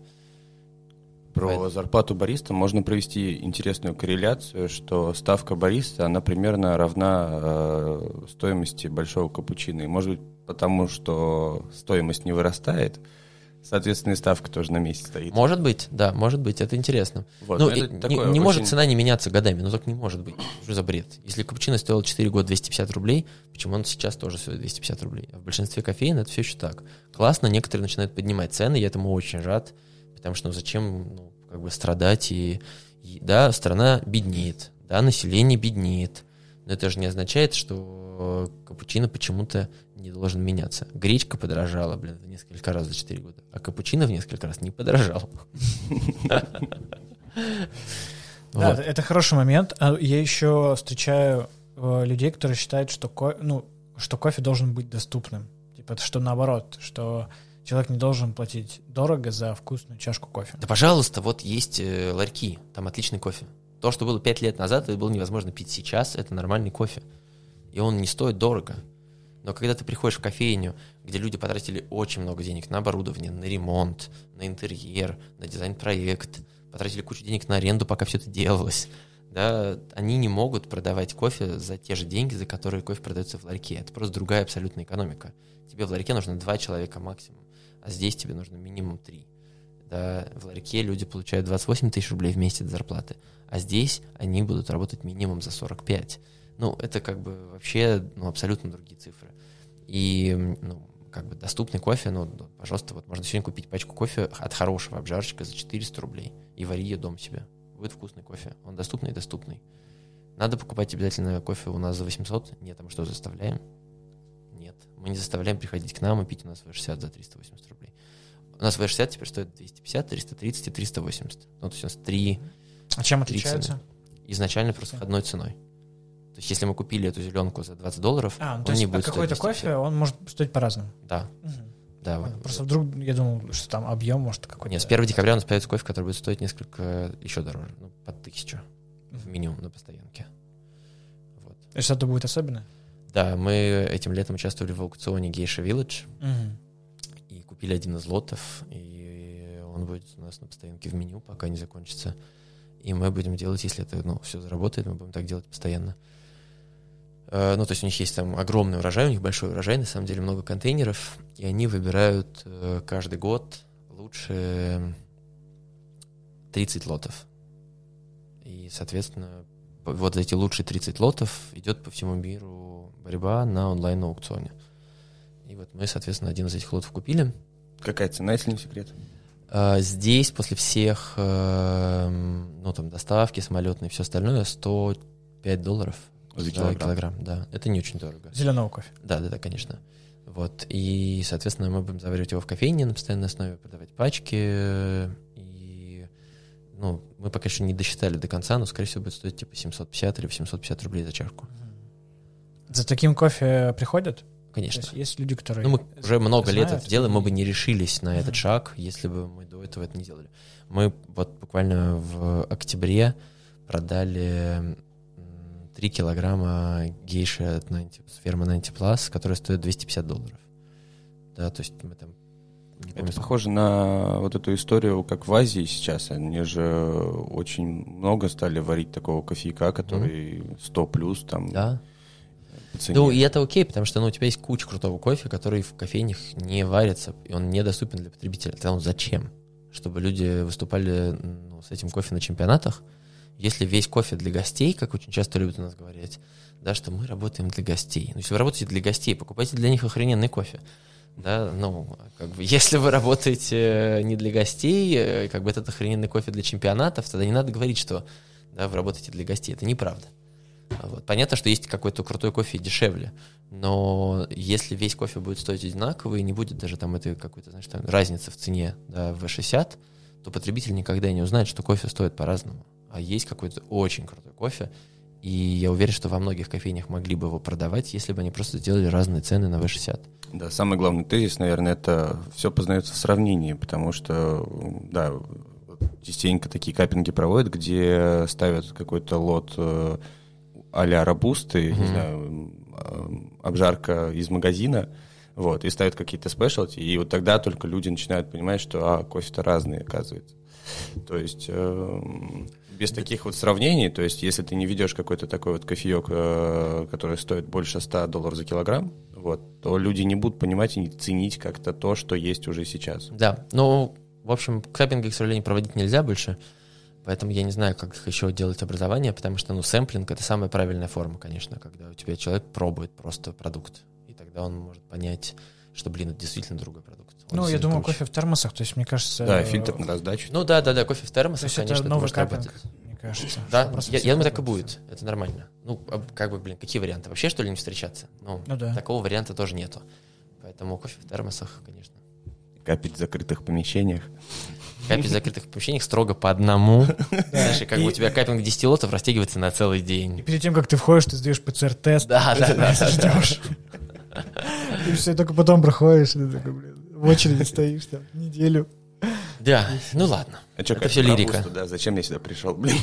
Про Поэтому... зарплату бариста можно провести интересную корреляцию, что ставка бариста, она примерно равна э, стоимости большого капучино. И может быть потому, что стоимость не вырастает, соответственно, и ставка тоже на месте стоит. Может быть, да, может быть, это интересно. Вот, ну, это и, такое не, не очень... может цена не меняться годами, ну так не может быть. Что за бред? Если капучино стоил четыре года двести пятьдесят рублей, почему он сейчас тоже стоит двести пятьдесят рублей? А в большинстве кофеин это все еще так. Классно, некоторые начинают поднимать цены, я этому очень рад, потому что ну зачем ну, как бы страдать и, и... Да, страна беднеет, да, население беднеет, но это же не означает, что капучино почему-то не должен меняться. Гречка подорожала, блин, в несколько раз за четыре года, а капучино в несколько раз не подорожал. Да, это хороший момент. Я еще встречаю людей, которые считают, что ну, что кофе должен быть доступным. Типа, что наоборот, что человек не должен платить дорого за вкусную чашку кофе. Да, пожалуйста, вот есть ларьки, там отличный кофе. То, что было пять лет назад, это было невозможно пить сейчас, это нормальный кофе. И он не стоит дорого. Но когда ты приходишь в кофейню, где люди потратили очень много денег на оборудование, на ремонт, на интерьер, на дизайн-проект, потратили кучу денег на аренду, пока все это делалось, да, они не могут продавать кофе за те же деньги, за которые кофе продается в ларьке. Это просто другая абсолютная экономика. Тебе в ларьке нужно два человека максимум, а здесь тебе нужно минимум три. Да, в ларьке люди получают двадцать восемь тысяч рублей в месяц зарплаты, а здесь они будут работать минимум за сорок пять. Ну, это как бы вообще ну, абсолютно другие цифры. И, ну, как бы доступный кофе, ну, пожалуйста, вот можно сегодня купить пачку кофе от хорошего обжарщика за четыреста рублей и вари ее дома себе. Будет вкусный кофе. Он доступный и доступный. Надо покупать обязательно кофе у нас за восемьсот? Нет, а мы что, заставляем? Нет. мы не заставляем приходить к нам и пить у нас ви шестьдесят за триста восемьдесят рублей. У нас ви шестьдесят теперь стоит двести пятьдесят, триста тридцать и триста восемьдесят. Ну, то есть у нас три... А чем три отличаются? цены. Изначально просто входной ценой. То есть если мы купили эту зеленку за двадцать долларов, а, ну, он то есть не будет какой-то стоить кофе, он может стоить по-разному? Да. Угу. Да, Ладно, вот. Просто вдруг я думал, что там объем может какой-то... Нет, с первого декабря у нас появится кофе, который будет стоить несколько еще дороже, ну, под тысячу в минимум на постоянке. Вот. И что-то будет особенное? Да, мы этим летом участвовали в аукционе Geisha Village Угу. и купили один из лотов, и он будет у нас на постоянке в меню, пока не закончится. И мы будем делать, если это ну, все заработает, мы будем так делать постоянно. Uh, ну, то есть у них есть там огромный урожай, у них большой урожай, на самом деле много контейнеров, и они выбирают uh, каждый год лучше тридцать лотов. И, соответственно, вот за эти лучшие тридцать лотов идет по всему миру борьба на онлайн-аукционе. И вот мы, соответственно, один из этих лотов купили. Какая цена, если не секрет? Uh, здесь после всех uh, ну, там, доставки, самолетные и все остальное сто пять долларов. За килограмм. килограмм, да. Это не очень дорого. Зеленого кофе. Да, да, да, конечно. Вот. И, соответственно, мы будем заваривать его в кофейне на постоянной основе, продавать пачки. И, ну, мы пока еще не досчитали до конца, но, скорее всего, будет стоить типа семьсот пятьдесят или восемьсот пятьдесят рублей за чашку. За таким кофе приходят? Конечно. То есть, есть люди, которые... Ну, мы уже много знают, лет это делаем, и... мы бы не решились на uh-huh. этот шаг, если бы мы до этого это не делали. Мы вот буквально в октябре продали три килограмма гейши от девяносто, с фермы девяносто плюс, которая стоит двести пятьдесят долларов. Да, то есть мы там... Это помню, похоже на вот эту историю, как в Азии сейчас. Они же очень много стали варить такого кофейка, который mm-hmm. сто плюс там... Да. Ну, и это окей, потому что ну, у тебя есть куча крутого кофе, который в кофейнях не варится, и он недоступен для потребителя. Тогда он зачем? Чтобы люди выступали ну, с этим кофе на чемпионатах? Если весь кофе для гостей, как очень часто любят у нас говорить, да, что мы работаем для гостей. Ну, если вы работаете для гостей, покупайте для них охрененный кофе. Да, ну, как бы, если вы работаете не для гостей, как бы этот охрененный кофе для чемпионатов, тогда не надо говорить, что да, вы работаете для гостей. Это неправда. Вот. Понятно, что есть какой-то крутой кофе дешевле, но если весь кофе будет стоить одинаково и не будет даже там этой какой-то, знаешь, там, разницы в цене да, в ви шестьдесят, то потребитель никогда не узнает, что кофе стоит по-разному. А есть какой-то очень крутой кофе, и я уверен, что во многих кофейнях могли бы его продавать, если бы они просто сделали разные цены на ви шестьдесят. Да, самый главный тезис, наверное, это все познается в сравнении, потому что, да, частенько такие каппинги проводят, где ставят какой-то лот а-ля робусты, mm-hmm. не знаю, обжарка из магазина, вот, и ставят какие-то спешлти, и вот тогда только люди начинают понимать, что, а, кофе-то разные, оказывается. То есть э, без таких вот сравнений, то есть если ты не ведешь какой-то такой вот кофеек, э, который стоит больше ста долларов за килограмм, вот, то люди не будут понимать и не ценить как-то то, что есть уже сейчас. Да, ну, в общем, каппинги, к сожалению, проводить нельзя больше, поэтому я не знаю, как еще делать образование, потому что, ну, сэмплинг — это самая правильная форма, конечно, когда у тебя человек пробует просто продукт, и тогда он может понять, что, блин, это действительно другой продукт. Он Ну, я думаю, круче. кофе в термосах, то есть, мне кажется... Да, фильтр на раздачу. Ну, да-да-да, кофе в термосах, то есть конечно, это это новый может каппинг, работать. мне кажется. Да, я, я думаю, так и будет, это нормально. Ну, как бы, блин, какие варианты? Вообще, что ли, не встречаться? Ну, ну да. Такого варианта тоже нету. Поэтому кофе в термосах, конечно. Капить в закрытых помещениях. Капить в закрытых помещениях строго по одному. Знаешь, и как бы у тебя каппинг десять лотов растягивается на целый И день. перед тем, как ты входишь, ты сдаешь ПЦР-тест. Да, да, да. Ждешь. И все, только потом проходишь, и ты такой, блин, в очереди стоишь там неделю. Да, ну ладно. А что, это все лирика. Да, зачем я сюда пришел, блин?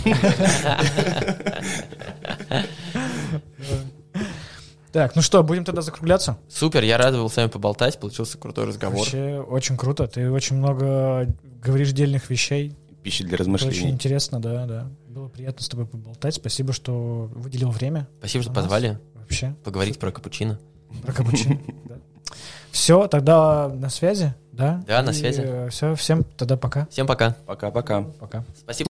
Так, ну что, будем тогда закругляться? Супер, я рад был с вами поболтать, получился крутой разговор. Вообще очень круто, ты очень много говоришь дельных вещей. Пища для Это размышлений. очень интересно, да, да. Было приятно с тобой поболтать, спасибо, что выделил время. Спасибо, что у нас. позвали. Вообще. Поговорить про капучино. Про капучино. Все, тогда на связи, да? Да, на связи. Все, всем тогда пока. Всем пока. Пока-пока. Пока. Спасибо.